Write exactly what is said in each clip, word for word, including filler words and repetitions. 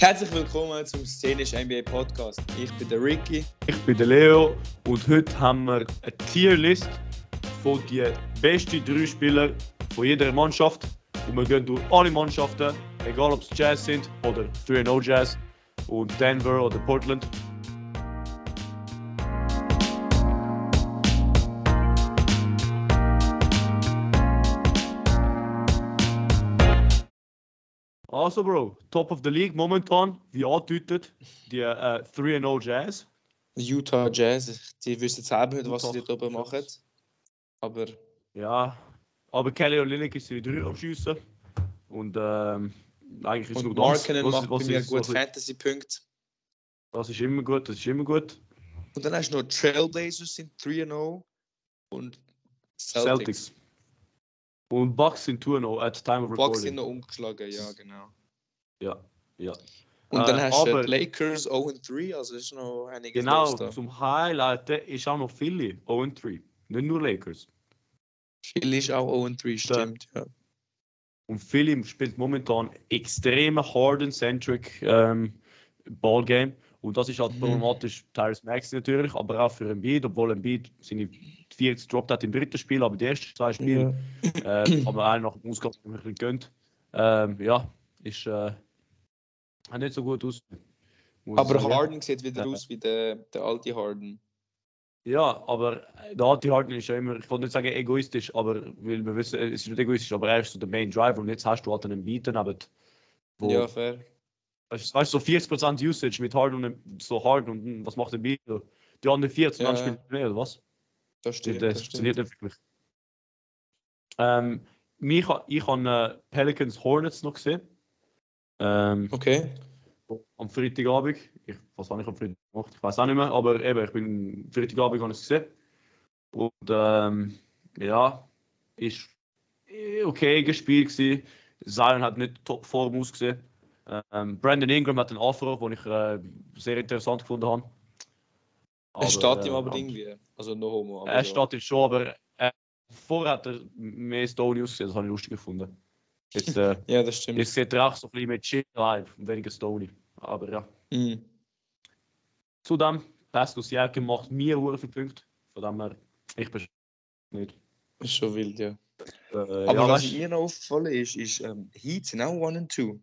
Herzlich willkommen zum Szenisch N B A Podcast. Ich bin der Ricky. Ich bin der Leo und heute haben wir eine Tierlist von den besten drei Spielern von jeder Mannschaft. Und wir gehen durch alle Mannschaften, egal ob es Jazz sind oder drei und null Jazz und Denver oder Portland. Also Bro, Top of the League momentan, wie angedeutet, die äh, drei und null Jazz. Utah Jazz, die wissen selber nicht, was sie dort oben machen. Aber... Ja, aber Kelly Olynyk ist die drei am Schiessen. Und ähm, eigentlich ist es nur das. Markkanen macht bei mir gut so Fantasy-Punkte. Das ist immer gut, das ist immer gut. Und dann hast du noch Trailblazers sind drei und null und Celtics. Celtics. Und Bucks sind zwei und null at time of recording. Bucks sind noch umgeschlagen, ja genau. Ja, ja. Und dann äh, hast du aber, Lakers null und drei, also ist noch einiges genau, los da. Zum Highlighten ist auch noch Philly null und drei, nicht nur Lakers. Philly ist auch null und drei, stimmt, ja. Und Philly spielt momentan extrem Harden-centric ähm, Ballgame. Und das ist halt problematisch, mhm. Tyrese Maxey natürlich, aber auch für Embiid, obwohl Embiid seine vierzig gedroppt hat im dritten Spiel, aber die ersten zwei Spiele ja. äh, haben wir auch nach dem Ausgang ein bisschen gegönnt. Ähm, ja, ist äh, nicht so gut aus. Aber Harden sieht wieder ja. aus wie der, der alte Harden. Ja, aber der alte Harden ist ja immer, ich wollte nicht sagen egoistisch, aber weil wir wissen, es ist nicht egoistisch, aber er ist so der Main Driver und jetzt hast du halt einen Embiid daneben. Wo, ja, fair. Weißt du, so vierzig Prozent Usage mit Harden und so Harden und was macht der Embiid? Die anderen vierzig ja. Dann spielt mehr, oder was? Das stimmt. Das, das funktioniert nicht wirklich. Ähm, mich, ich habe äh, Pelicans Hornets noch gesehen. Ähm, okay. Am Freitagabend. Ich, was habe ich am Freitag gemacht? Ich weiß auch nicht mehr, aber eben, ich bin Freitagabend habe ich es gesehen. Und ähm, ja, ist okay gespielt gewesen. Zion hat nicht Topform ausgesehen. Ähm, Brandon Ingram hat einen Afro, den ich äh, sehr interessant gefunden habe. Aber, er steht ihm aber äh, irgendwie, also no homo. Aber er so. steht ihm schon, aber äh, vorher hat er mehr Stony ausgesehen, das habe ich lustig gefunden. Jetzt, äh, ja, das stimmt. Jetzt sieht er auch so ein bisschen mehr Chill live und weniger Stony. Aber ja. Mhm. Zudem, Pascal Siakam macht mir sehr viele Punkte. Von dem her, ich bin nicht. Ist schon wild, ja. Äh, aber ja, was mir noch aufgefallen ist, ist, ähm, Heat sind auch eins und zwei.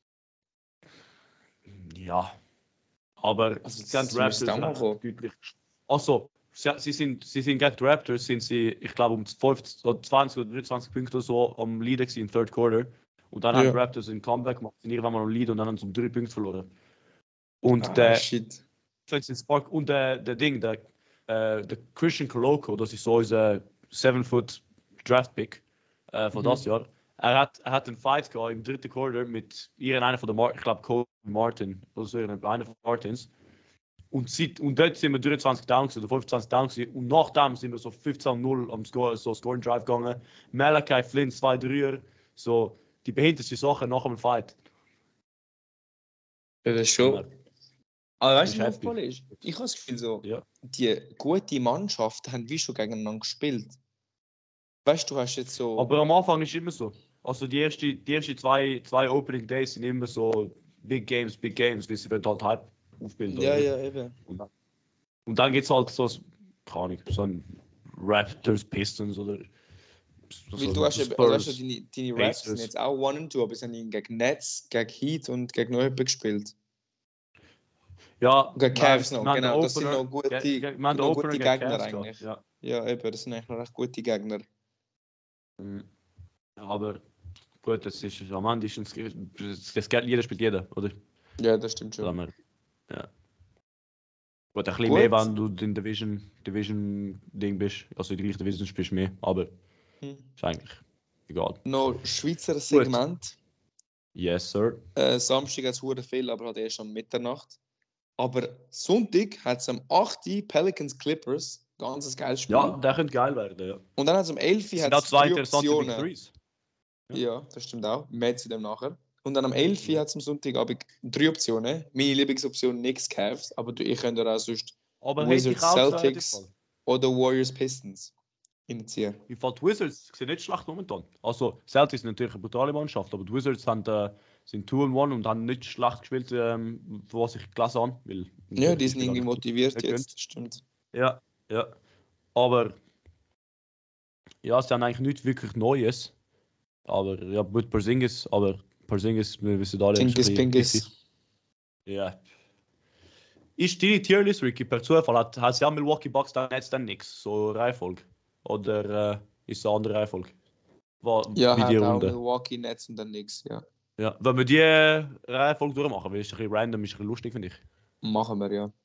Ja. Aber also, sie sind Raptors deutlich. Also, sie, sie, sind, sie sind gegen die Raptors, sind sie, ich glaube, um fünfundzwanzig oder dreiundzwanzig Punkte oder so am Lead im Third Quarter. Und dann ja. haben die Raptors einen Comeback gemacht, sind irgendwann mal am Lead und dann haben sie um drei Punkte verloren. Und ah, der shit. Spark und der, der Ding, der, äh, der Christian Koloko, das ist so unser seven foot Draft Pick äh, von mhm. das Jahr. Er hat, er hat einen Fight gehabt im dritten Quarter mit irgendeiner von der Mar- ich glaube Kobe Martin oder so, einer von Martins. Und, seit, und dort sind wir dreiundzwanzig down oder fünfundzwanzig down gewesen. Und nachdem sind wir so fünfzehn null am Score, so Scoring Drive gegangen. Malachi Flynn, zwei Dreier, so die behindertste Sache nach dem Fight. Ja, das ist schon. Aber weißt du, was voll ist? Ich habe das Gefühl, so, ja. die gute Mannschaft haben wie schon gegeneinander gespielt. Weißt du, du hast jetzt so. Aber am Anfang ist es immer so. Also die ersten die erste zwei, zwei Opening Days sind immer so Big Games, Big Games, wie sie halt Hype aufbilden. Ja, oder? ja, eben. Und dann, und dann geht es halt so, keine Ahnung, so ein Raptors, Pistons oder. So, Weil du hast ja, also hast ja deine, deine Raps sind jetzt auch one and two, aber sie haben gegen Nets, gegen Heat und gegen noch jemanden gespielt. Ja, gegen Cavs noch, genau. Opener, das sind noch gute, ge- ge- noch gute Gegner Cavs eigentlich. Ja. ja, eben, das sind eigentlich noch recht gute Gegner. Ja, aber gut, das ist am Ende ist das, das Geld, jeder spielt jeder, oder? Ja, das stimmt schon. Ja. Gut, ein bisschen gut. Mehr, wenn du in Division, Division Ding bist, also in der gleichen Division spielst du mehr, aber hm. ist eigentlich egal. Noch Schweizer Segment. Gut. Yes, sir. Äh, Samstag hat es sehr viel, aber halt erst um Mitternacht. Aber Sonntag hat es am acht Pelicans Clippers, ganzes geiles Spiel. Ja, der könnte geil werden, ja. Und dann hat es um elf Uhr hat es drei Optionen. Ja. ja, das stimmt auch. Mehr zu dem nachher. Und dann am elf Uhr hat es am Sonntagabend drei Optionen. Meine Lieblingsoption Knicks Cavs, aber ich könnte auch sonst aber Wizards Celtics oder Warriors Pistons initiieren. Ich fand die Wizards sind nicht schlecht momentan. Also Celtics sind natürlich eine brutale Mannschaft, aber die Wizards haben, äh, sind zwei und eins und haben nicht schlecht gespielt, ähm, was ich gelesen habe. Weil, ja, die sind irgendwie motiviert jetzt, das stimmt. Ja, ja. Aber ja, sie haben eigentlich nichts wirklich Neues. Aber ja, mit Porzingis, aber Porzingis, wir wissen alle, Pingis, Pingis. Ja. Ist die Tierlist, Ricky, per Zufall? Hat, hat sie ja Milwaukee Bucks dann jetzt dann nichts? So Reihenfolge? Oder äh, ist es eine andere Reihenfolge? War, ja, wie hat die auch Runde. Milwaukee Nets und dann nichts, ja. Ja, wenn wir die äh, Reihenfolge durchmachen, weil es ist ein bisschen random, ist ein bisschen lustig, finde ich. Machen wir, ja.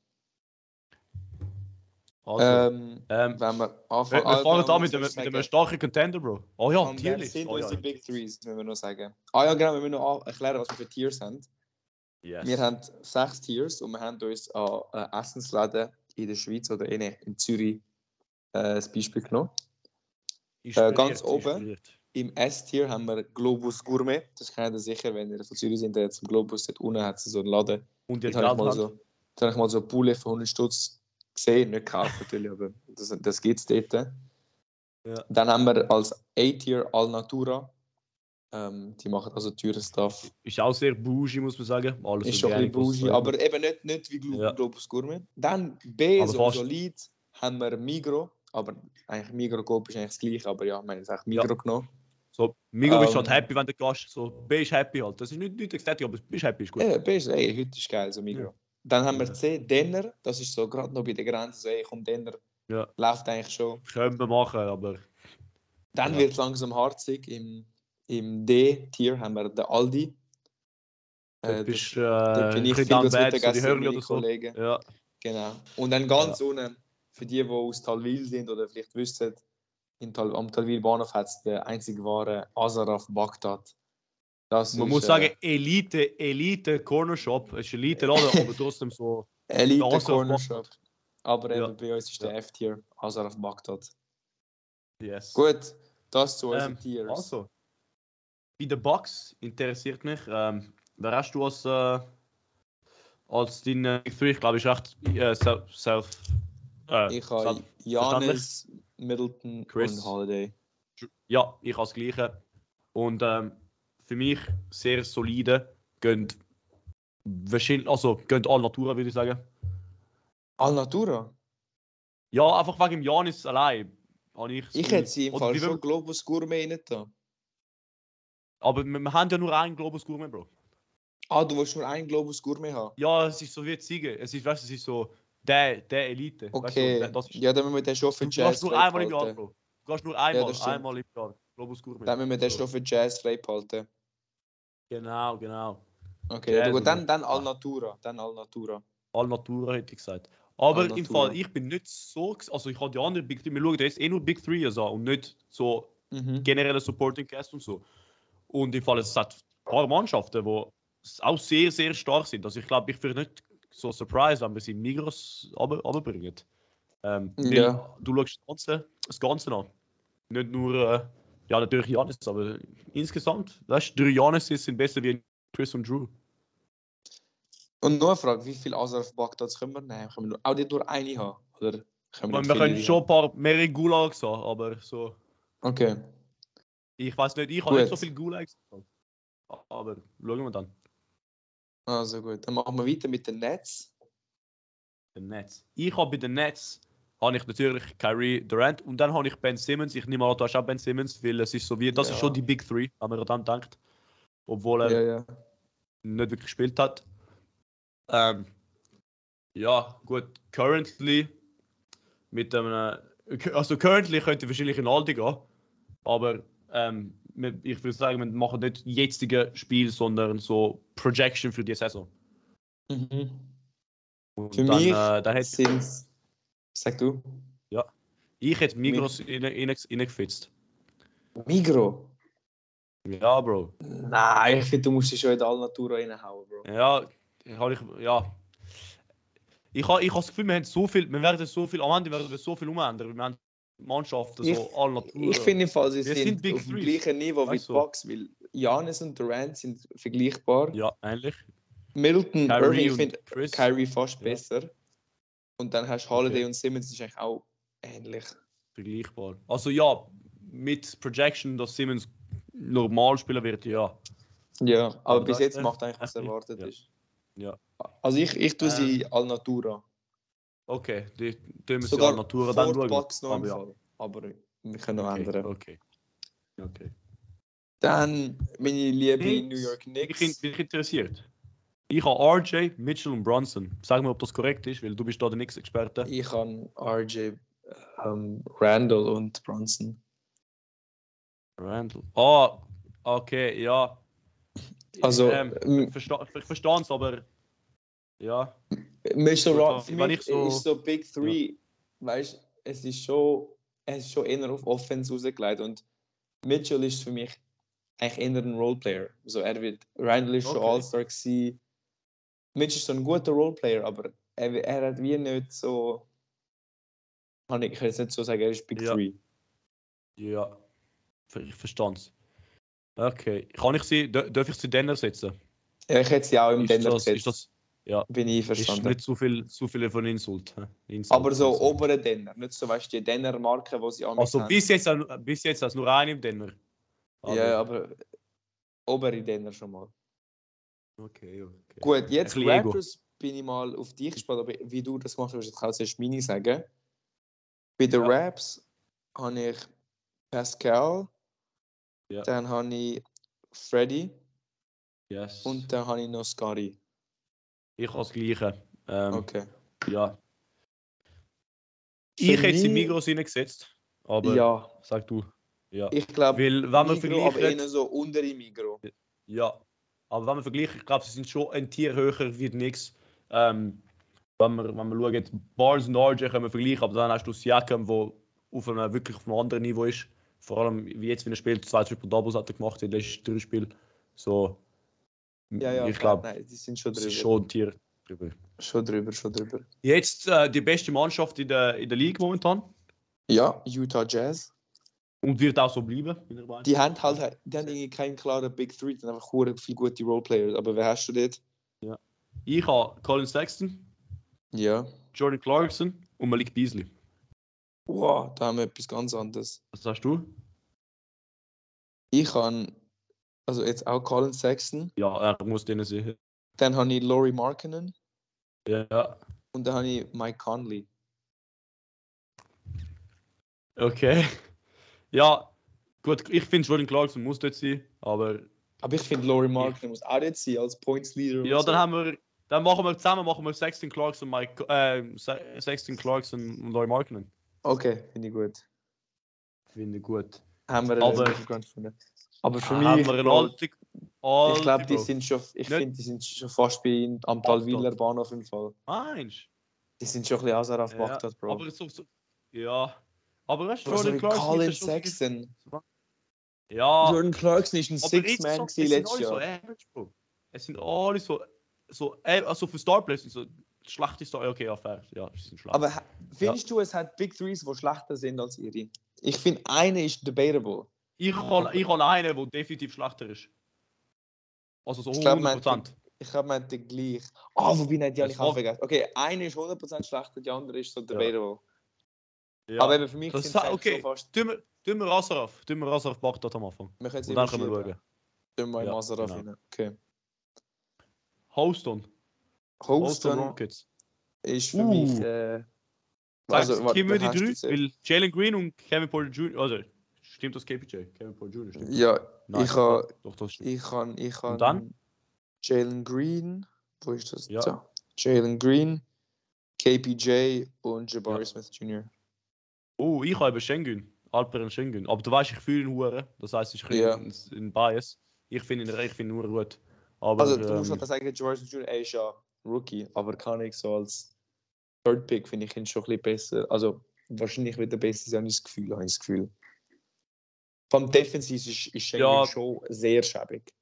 Also, ähm, ähm, wenn wir wir, anfangen... wir fangen ah, an mit, dem, mit einem starken Contender, Bro. Oh ja, Und wer Tierlist. sind Oh, ja. unsere Big Threes, müssen wir noch sagen. Ah ja, genau, wir müssen noch erklären, was wir für Tiers haben. Yes. Wir haben sechs Tiers und wir haben uns an äh, Essensläden in der Schweiz oder in, in Zürich äh, das Beispiel genommen. Äh, ganz oben inspiriert. im S-Tier haben wir Globus Gourmet. Das kennt ihr sicher, wenn ihr von Zürich sind, der zum Globus dort unten hat so einen Laden. Und ihr Dort habe ich, mal Geld so, dort habe ich mal so eine Poulet für hundert Stutz gesehen, nicht gekauft natürlich, aber das, das gibt es dort. Ja. Dann haben wir als A-Tier Alnatura. Ähm, die machen also teuren Stuff. Ist auch sehr bougie, muss man sagen. Alles Ist so schon ein bisschen bougie, aber eben nicht, nicht wie Glo- Ja. Globus Gourmet. Dann B, Aber so fast. solid, haben wir Migros. Aber eigentlich Migros Coop ist eigentlich das gleiche, aber ja, wir haben jetzt eigentlich Migros Ja. genommen. So, Migros Ähm, bist halt happy, wenn du gehst. So, B ist happy halt. Das ist nicht, nicht Ästhetik, aber bist happy, ist gut. Ja, B ist, ey, heute ist geil, so Migros. Ja. Dann haben wir Ja. C, Denner. Das ist so gerade noch bei der Grenze, so, ey, komm, Denner. Ja. Läuft eigentlich schon. Können wir machen, aber... Dann Ja. wird es langsam harzig. Im, im D-Tier haben wir den Aldi. Dort Äh, bist das- äh, dort bin ich ein bisschen viel down zu bad, so Mittagessen die mit Hörli meinen oder so. Kollegen. Ja. Genau. Und dann ganz unten, für die, die aus Talwil sind oder vielleicht wissen, in Tal, am Talwil Bahnhof hat es den einzig wahren Azaraf Bagdad. Das Man ist, muss äh, sagen, Elite, Elite Corner Shop. Es ist Elite Laden, aber trotzdem so... Elite der Azaraf Corner Bagdad. Shop. Aber Ja. eben bei uns ist der Ja. F-Tier Azaraf Bagdad. Yes. Gut, das zu unseren Ähm, Tiers. Also, bei den Bucks interessiert mich, ähm, wer hast du als, äh, als deine Big Three? Ich glaube, ist recht äh, self, self äh, Ich habe selbstverständlich. Janis, Middleton Chris. und Holiday. Ja, ich als Gleiche. Und ähm, für mich sehr solide. Gehen wahrscheinlich, also gehen alle Natura, würde ich sagen. Alnatura? Ja, einfach wegen dem Janis allein. Habe ich das Ich Gefühl. hätte sie im Oder Fall wie schon wir- Globus Gourmet nicht da. Aber wir, wir haben ja nur einen Globus Gourmet, Bro. Ah, du willst nur einen Globus Gourmet haben? Ja, es ist so wie Ziege. Es ist, weißt du, es ist so der, der Elite. Weißt Okay, du, das ist, ja, dann müssen wir den schon für du, du Jazz gehst nur frei einmal im Jahr, behalten. Bro. Du gehst nur einmal, das stimmt. einmal im Jahr. Globus Gourmet. Dann müssen wir den So. schon für Jazz frei behalten. Genau, genau. Okay, Jazz ja, gut, dann, oder- dann Alnatura. Dann Alnatura. Allnatura hätte ich gesagt. Aber Allnatura. im Fall, ich bin nicht so, also ich habe die anderen Big Three, wir schauen jetzt eh nur Big Three an und nicht so Mhm. generelle Supporting Cast und so. Und im Fall, es hat ein paar Mannschaften, die auch sehr, sehr stark sind. Also ich glaube, ich wäre nicht so surprised, wenn wir sie in Migros runterbringen. Ähm, weil Ja. Du schaust das Ganze, das Ganze an. Nicht nur, äh, ja natürlich Janis, aber insgesamt, weißt du, drei Janis sind besser wie Chris und Drew. Und noch eine Frage, wie viele Azaraf Bagdads können wir nehmen? Können wir nur, auch nicht nur eine haben? Oder können wir Wir, nicht wir können viele schon haben? ein paar mehrere Gulags haben, aber so... Okay, Ich weiß nicht, ich habe nicht so Gut. viel Gulags. Aber schauen wir dann. also gut. Dann machen wir weiter mit den Nets. Den Nets. Ich habe bei den Nets habe ich natürlich Kyrie Durant und dann habe ich Ben Simmons. Ich nehme an, du hast auch Ben Simmons, weil es ist so wie, das Ja. ist schon die Big Three, wenn man daran denkt. Obwohl er Ja, ja. nicht wirklich gespielt hat. Ähm, ja, gut, currently mit einem, also currently könnte wahrscheinlich in Aldi gehen, aber ähm, wir- ich würde sagen, wir machen nicht jetzige Spiel, sondern so Projection für die Saison. Mhm. Und Für dann, mich äh, dann hätte sind es... Sag du? ich jetzt Migros reingefitzt. Migro? Ja, Bro. Nein, ich finde, du musst dich schon in die Alnatura reinhauen, Bro. Ja, habe ich, ja. Ich habe ich ha das Gefühl, wir haben so viel, wir werden so viel, am Ende werden wir so viel umändern. Wir haben Mannschaften, Ich, so alle Natur. ich finde, im Fall, sie Wir sind, sind Big auf dem Threes. gleichen Niveau wie Weißt die du? Bucks, weil Giannis und Durant sind vergleichbar. Ja, ähnlich. Middleton, Kyrie Irving, ich und finde Chris. Kyrie fast Ja. besser. Und dann hast du Holiday Okay. und Simmons, das ist eigentlich auch ähnlich. Vergleichbar. Also ja, mit Projection, dass Simmons normal spielen wird, ja. Ja, aber, Aber bis das jetzt ist macht eigentlich, was echt- erwartet ja. ist. Ja. Also ich, ich tue sie Ähm. al Natura. Okay, die tun wir sie Sogar an Natura vor dann die schauen. Bucks noch im Aber ja. Fall. Aber wir können noch Okay, ändern. okay. Okay. Dann meine liebe Knicks. New York Bin ich, Knicks. bin ich interessiert. Ich habe R J, Mitchell und Brunson. Sag mir, ob das korrekt ist, weil du bist da der Knicks-Experte. Ich habe R J, ähm, Randall und Brunson. Randall. Ah, okay, ja. Also, ähm, ähm, ich verstehe ich verstehe es, aber ja. Mitchell Gut, Ro- für wenn mich ich so- ist so Big Three, weißt, es ist schon, es ist schon eher auf Offense rausgelegt und Mitchell ist für mich eigentlich eher ein Roleplayer. Also er wird, Randall ist schon Okay. All-Star gewesen. Mitchell ist so ein guter Roleplayer, aber er, er hat wie nicht so, kann ich, ich kann jetzt nicht so sagen, er ist Big Ja. Three. Ja, ich verstehe es. Okay, kann ich sie, dür- darf ich sie dann ersetzen? Ja, ich hätte sie auch im Ist Denner das, gesetzt. ist das, ja, Bin ich ist einverstanden. nicht zu viel, zu viele von Insult. hä? Insult Aber so also. obere Denner, nicht so, weißt du, die Denner-Marke, die sie amigs Also haben. bis jetzt, bis jetzt also nur ein im Denver. Aber, Ja, aber obere Denner schon mal. Okay, okay. Gut, jetzt Ein bisschen Ego. Raptors bin ich mal auf dich gespannt, aber wie du das gemacht hast, ich kann es erst meine sagen. Bei den Ja. Raps habe ich Pascal, Ja. dann habe ich Freddy Yes. und dann habe ich noch Scotty. Ich habe das Gleiche. Ähm, Okay. Ja. Für Ich hätte sie in mich- Migros reingesetzt, aber Ja, sag du. Ja. ich glaube, Weil, wenn man Migro, aber vergleicht- eher so untere Migro. Ja, aber wenn man vergleicht, ich glaube, sie sind schon ein Tier höher wie die Knicks. Ähm, wenn man, wenn man schaut, Barnes und R J können wir vergleichen, aber dann hast du Siakam, der auf einem, wirklich auf einem anderen Niveau ist. Vor allem, wie jetzt, wenn er spielt, zwei Triple-Doubles hat er gemacht in den letzten drei Spielen. So, Ja, ja, ich glaube, nein, die sind schon das drüber. ist schon ein Tier drüber. Schon drüber, schon drüber. Jetzt äh, die beste Mannschaft in der, in der Liga momentan Ja, Utah Jazz. und wird auch so bleiben. in der Wahrheit. Die haben halt die haben irgendwie keinen klaren Big Three, die haben einfach hure viele gute Roleplayers. Aber wer hast du dort? Ich habe Colin Sexton, Ja. Jordan Clarkson und Malik Beasley. Wow, da haben wir etwas ganz anderes. Was sagst du? Ich habe, also jetzt auch Colin Sexton, Ja, er muss denen sehen. dann habe ich Laurie Markkinen Ja, und dann habe ich Mike Conley. okay. Ja, gut, ich finde Jordan Clarkson muss dort sein, aber Aber ich finde, Laurie Markkinen muss auch dort sein, als Points Leader. ja, und so. dann haben wir, dann machen wir zusammen, machen wir Sexton Clarkson, Mike, äh, Se- Sexton Clarkson und Laurie Markkinen. Okay, finde ich gut. Finde ich gut. Haben wir Aber- einen gefunden. Aber für Ah, mich, haben wir einen Bro, alten, alten ich glaube, die Bro. sind schon, ich Nicht- finde, die sind schon fast bei am Talwiler Bahnhof im Fall. Meinst Die sind schon ein bisschen Azaraf Ja, Bagdad, Bro. aber so, so, ja. Aber weißt du, Bro, so Jordan wie Clarkson Colin ist ja schon- Sexton. Ja, Jordan Clarkson ist ein aber Six-Man jetzt so, gewesen es sind letztes alle so Jahr. average, Bro. Es sind alle so, so, äh, also für Starplayers sind so schlechte Star, okay, ja, fair, ja, sie sind schlecht. Aber ha- findest du, es hat Big Threes, die schlechter sind als ihre? Ich finde, eine ist debatable. ich habe ich hab einen, der definitiv schlechter ist. Also so Ich glaub, man hundert hat Prozent. Ich glaube, man hat den gleich. Ah, wobei nicht, die habe Es ich war- auch vergessen. Okay, eine ist hundert Prozent schlechter, die andere ist so debatable. Ja. Aber eben für mich Das sind ist es okay. okay. so fast... Tun wir, tun wir Asaraf, tun wir Asaraf Bagdad am Anfang. Wir können es Und dann können wir überschieben. schauen. Tun wir in Ja, Mazaraf genau. rein. Okay. Houston. Houston Houston Rockets. ist für Uh. mich... Äh, Also, warte, Kim wen die hast du drei, gesehen? weil Jalen Green und Kevin Porter Junior Also, stimmt das K P J? Kevin Porter Junior stimmt. Ja, Nein, ich habe... Doch, das stimmt. Ich habe... Ich habe dann? Jalen Green. Wo ist das? Ja. Da. Jalen Green, K P J und Jabari Ja. Smith Junior Oh, ich habe eben Schengen. Alperen Schengen. Aber du weißt, ich fühle ihn hure. Das heisst, ich Ja. bin ein, ein Bias. Ich finde ihn, ich finde ihn hure gut. Aber, Also, du musst ähm, halt sagen, Jabari Smith Junior er ist ja Rookie, aber kann ich so als Third Pick finde ich ihn schon ein bisschen besser. Also, wahrscheinlich wird er besser sein, habe ich das Gefühl. Habe ich das Gefühl. Vom Defensiv ist, ist Schengen Ja. schon sehr schäbig.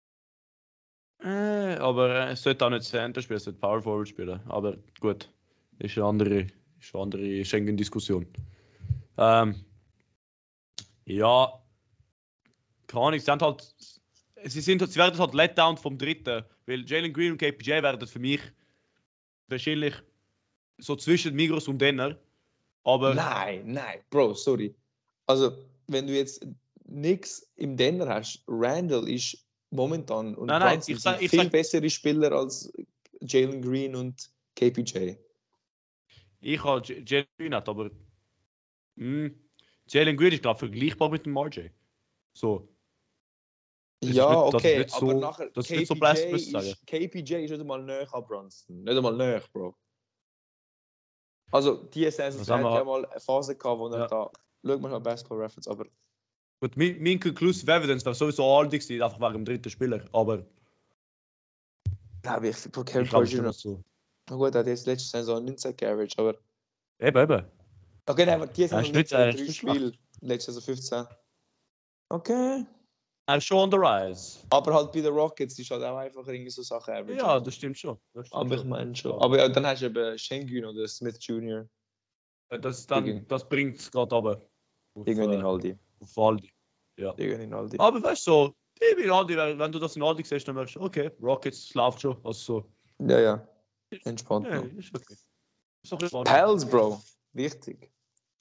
Äh, aber er sollte auch nicht Center spielen, er sollte Power Forward spielen. Aber gut, ist eine andere, ist eine andere Schengen-Diskussion. Ähm, ja, keine Ahnung, sie, haben halt, sie, sind, sie werden halt let down vom dritten, weil Jalen Green und K P J werden für mich wahrscheinlich so zwischen Migros und Denner. Aber Nein, nein, Bro, sorry. Also, wenn du jetzt nichts im Denner hast, Randall ist momentan. Und Nein, nein, Brunson ich sag- sind ich viel sag- bessere Spieler als Jalen Green und K P J. Ich habe J- Jalen Green nicht, aber mh, Jalen Green ist, glaube ich, vergleichbar mit dem R J. So. Das ist Ja, nicht- das ist okay, nicht aber so- nachher das ist K nicht so P J blasphemous zu sagen. ist, K P J ist nicht einmal näher an Brunson. Nicht einmal näher, Bro. Also, die Saison, Was er haben hat wir- ja mal eine Phase gehabt, wo er Ja. da. Schau mal auf Basketball Reference, aber. Gut, mein, mein Conclusive Evidence wäre sowieso Aldi gewesen, einfach wegen dem dritten Spieler. Aber Glaube ich, für ich Kevin glaube Porter schon Junior. so. Na gut, er hat jetzt letzte Saison neunzehn geaveraged, aber. Eben, eben. Okay, nein, aber die Er Saison ist nicht- neunzehn, er ist drei nicht Spiele. Letzte Saison fünfzehn. Okay. Er ist schon on the rise. Aber halt bei den Rockets ist halt auch einfach irgendwie so Sachen average. Ja, das stimmt schon. Das stimmt Aber ich schon. meine schon. Aber- Aber ja, dann hast du eben Schengen oder Smith Junior Das, dann, Gegen- das bringt es gerade runter. Auf, Irgendwann in äh, Aldi. auf Aldi. Ja. Irgendwann in Aldi. Aber weißt du, so, ich bin Aldi, wenn wenn du das in Aldi siehst, dann merkst du, okay, Rockets läuft schon. Also so. Ja, ja. Entspannt Ja, noch. ist okay. Ist doch spannend. Pels, Bro. Wichtig.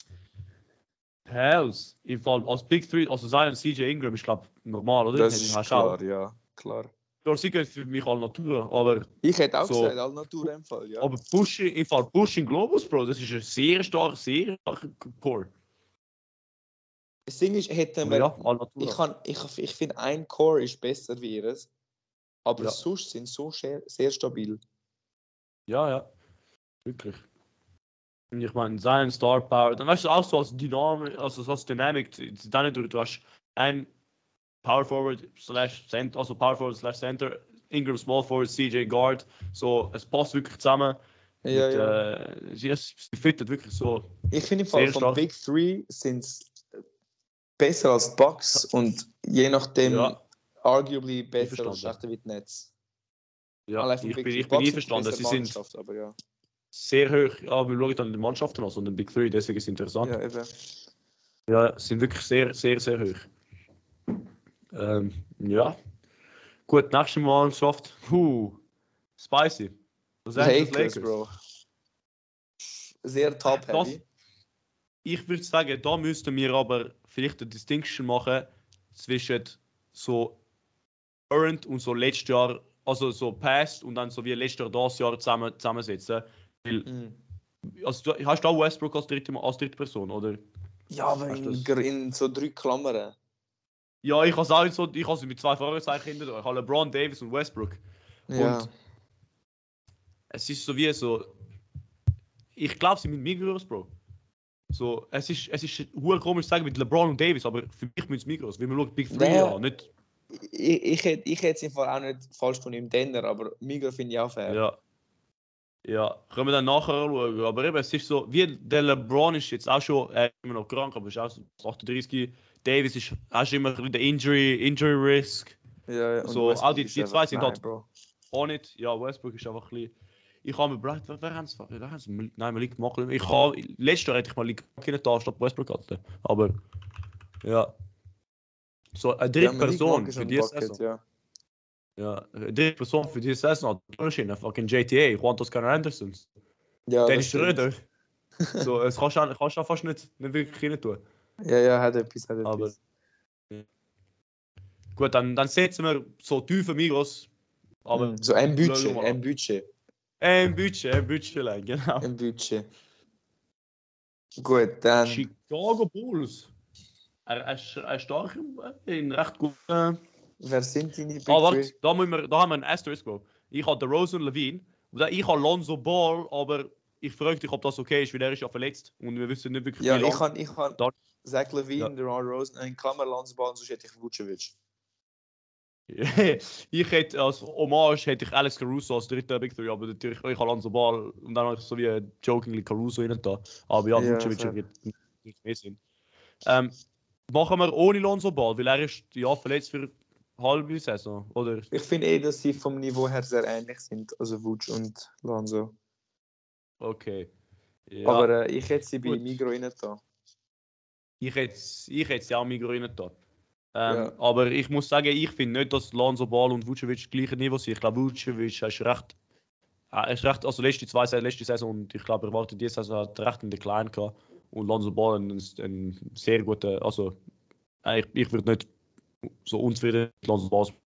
Pels. Im Fall als Big Three, also Zion und C J Ingram ist, glaube ich, normal, oder? Das Hätte ich ist auch schauen. klar, ja. Klar. Ja, sie gehen für mich alle Natur, aber, Ich hätte auch So. gesagt, all Natur im Fall, ja. aber Push, im Fall Push in Globus, Bro, das ist ein sehr starker, sehr starker Core. Das Ding ist, hätten Aber wir. ja, alle Natur. Ich, kann, ich, ich finde, ein Core ist besser wie ihres. Aber Ja. sonst sind sie so sehr, sehr stabil. Ja, ja. Wirklich. Und ich meine, sein Star Power, dann weißt du auch so als Dynamik, also als Dynamik, dann du, du hast ein Power Forward slash Center, also Power Forward slash Center, Ingram Small Forward, C J Guard, so, es passt wirklich zusammen. Ja, mit, ja. Äh, sie, sie fittet wirklich so. Ich finde im Fall sehr von stark. Big Three sind sie besser als die Bucks und je nachdem Ja. arguably besser Einverstanden. oder schlechter wie die Nets. Ja, Allein von ich Big bin, Three. ich bin Bucks sind einverstanden, bessere sie sind Mannschaft, aber ja. sehr hoch, aber wir schauen dann die Mannschaften an, sondern Big Three, deswegen ist es interessant. Ja, eben. Ja, sind wirklich sehr, sehr, sehr hoch. Ähm, ja. Gut, nächste Mannschaft. Huh. Spicy. Los Angeles Lakers, Lakers. Bro. Sehr top-heavy. Ich würde sagen, da müssten wir aber vielleicht eine Distinction machen zwischen so current und so letztes Jahr, also so past und dann so wie letztes Jahr, das Jahr zusammen, zusammensetzen. Weil, Mhm. also, du, hast du auch Westbrook als dritte, als dritte Person, oder? Ja, aber Hast in, du's? gr- in so drei Klammern. Ja, ich habe es auch so, ich habe es mit zwei Fragezeichen hinter. Ich habe LeBron, Davis und Westbrook. Ja. Und es ist so wie so. Ich glaube, sie mit Migros, Bro. So, es ist, es ist hure komisch zu sagen mit LeBron und Davis, aber für mich müssen es Migros, weil man schaut Big Three Nee. an, nicht. Ich, ich, hätte, ich hätte es im Fall auch nicht falsch von ihm Denner, aber Migros finde ich auch fair. Ja. Ja, können wir dann nachher anschauen. Aber eben, es ist so, wie der LeBron ist jetzt auch schon, er ist immer noch krank, aber ist auch so achtunddreißig. Davis ist auch schon immer ein bisschen der Injury, Injury Risk. Ja, ja. Und So, Westbrook auch die- ist die einfach- zwei sind nein, dort- Bro. Auch nicht. Ja, Westbrook ist einfach ein bisschen. Ich habe mir Bright, wer, wer haben sie? Wer haben sie? Nein, man liegt gemacht. Ich habe, letztes Jahr hätte ich mal League können da statt Westbrook hatte. Aber, ja. So, eine dritte Ja, Malik Person Monk ist für ein diese Bucket, Saison. ja. Ja, eine dritte Person für diese Saison hat Unterschied. Fucking J T A, Juan Toscano Anderson. Ja, Dennis das stimmt. Schröder. So, es kannst du auch, kannst du auch fast nicht, nicht wirklich rein tun. Ja, ja, hat etwas, hat Aber- etwas. Gut, dann, dann setzen wir so tiefe Migros. Aber Mhm. So ein Schau Budget, mal ein an. Budget, ein Budget, ein Budget, genau. ein Budget. Gut, dann. Chicago Bulls. Er, er, ist- er ist stark in recht gut. Äh, Wer sind deine Big ah, Three? warte, da, müssen wir, da haben wir einen Asterisk. Bro. Ich habe den Rose und Levine. Und dann- ich habe Lonzo Ball, aber ich frage dich, ob das okay ist, weil er ist ja verletzt. Und wir wissen nicht wirklich, Ja, wie ich lange. kann, ich kann Da- Zach Levine, Ja. DeMar Rosen, in Klammer Landsball, sonst hätte ich Vucevic. Ich hätte als Hommage hätte ich Alex Caruso als dritter Big Three, aber natürlich ich habe Lonzo Ball und dann habe ich so wie jokingly Caruso rein da. Aber ja, Ja, Vucevic fair. wird nicht mehr Sinn. Ähm, machen wir ohne Lonzo Ball, weil er ist ja verletzt für halbe Saison, oder? Ich finde eh, dass sie vom Niveau her sehr ähnlich sind, also Vuce und Lonzo. Okay. Ja, Aber äh, ich hätte sie bei Gut. Migro rein da. ich hätte ich hätte sie auch Migros rein da. Ähm, Ja. Aber ich muss sagen, ich finde nicht, dass Lonzo Ball und Vucevic gleiche Niveau sind. Ich glaube, Vucevic ist recht, äh, ist recht, also letzte zwei Saison, letzte Saison und ich glaube, er wartet diese Saison hat recht in Decline gehabt und Lonzo Ball ein, ein sehr guter, also äh, ich, ich würde nicht so unzufrieden mit Lonzo Ball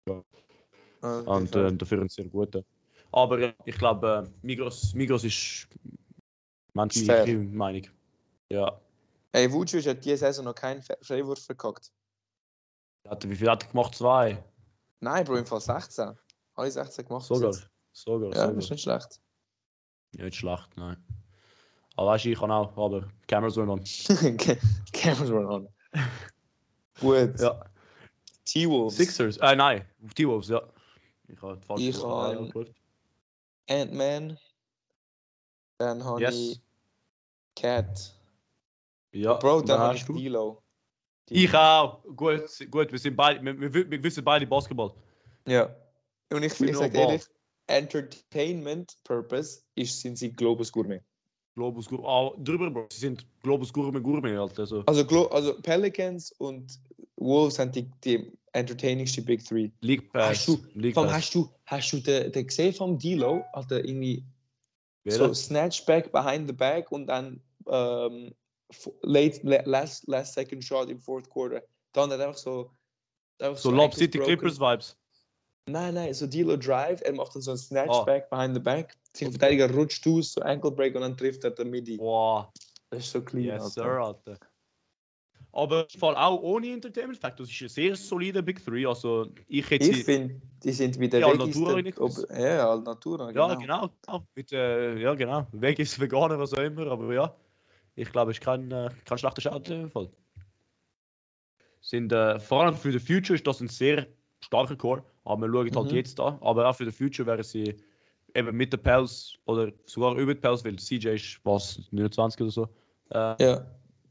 gehabt. Ah, okay, Und äh, dafür ein sehr guter. Aber äh, ich glaube, äh, Migros, Migros ist meine Ist fair. gleiche Meinung. Ja. Ey, Vucic hat diese Saison noch keinen Fe- Freiwurf verkackt. Hat, wie viel hat er gemacht? Zwei. Nein, Bro, im Fall sechzehn. Alle sechzehn gemacht bis Sogar. jetzt. Sogar, Ja, sogar. das ist nicht schlecht. Ja, nicht schlecht, nein. Aber weißt du, ich kann auch, aber Cameras were on. Cameras were on. Gut. Ja. T-Wolves. Sixers, äh, nein, T-Wolves, ja. Ich habe falsch Ich habe angeschaut. Ant-Man. Dann habe Yes. ich Cat. Ja, Bro, dann wer habe hast ich du? D-Lo. Ich auch. Gut, gut, wir sind beide, wir, wir, wir wissen beide Basketball. Ja. Und ich, We ich know sage ball. ehrlich, Entertainment Purpose ist, sind sie Globus Gourmet. Globus Gourmet, ah, drüber, Bro. Sie sind Globus Gourmet Gourmet, halt, also. Also, Glo also Pelicans und Wolves sind die, die entertainingste Big Three. League Pass. Hast du, League vom, Pass. hast du, hast du den, den gesehen vom D-Lo? Hat er irgendwie Wählen? so Snatchback behind the back und dann ähm, f- late, la- last, last second shot im fourth quarter. Dann hat er einfach so einfach So Lob ankles City broken. Clippers Vibes. Nein, nein, so D-Lo drive, er macht dann so ein Ah. Snatchback behind the back. Sein Verteidiger rutscht aus, so Ankle Break und dann trifft er den Midi. Wow. Das ist so clean, Yes, Alter. sir, Alter. Aber im Fall auch ohne Entertainment Factor. Das ist ein sehr solider Big Three. Also ich hätte Ich sie. finde, die sind wie der Ja, Veggies. Natura der- nicht. ob- Ja, Alnatura, Ja, genau. genau. genau. Mit, äh, ja, genau. Weg ist Veganer, was auch immer. Aber ja, ich glaube, es ist kein, äh, kein schlechter Start im Fall. Sind, äh, vor allem für the Future ist das ein sehr starker Core. Aber wir schauen halt Mhm. jetzt an. Aber auch für the Future wären sie eben mit den Pels oder sogar über die Pels, weil C J ist was, neunundzwanzig oder so. Äh, Ja.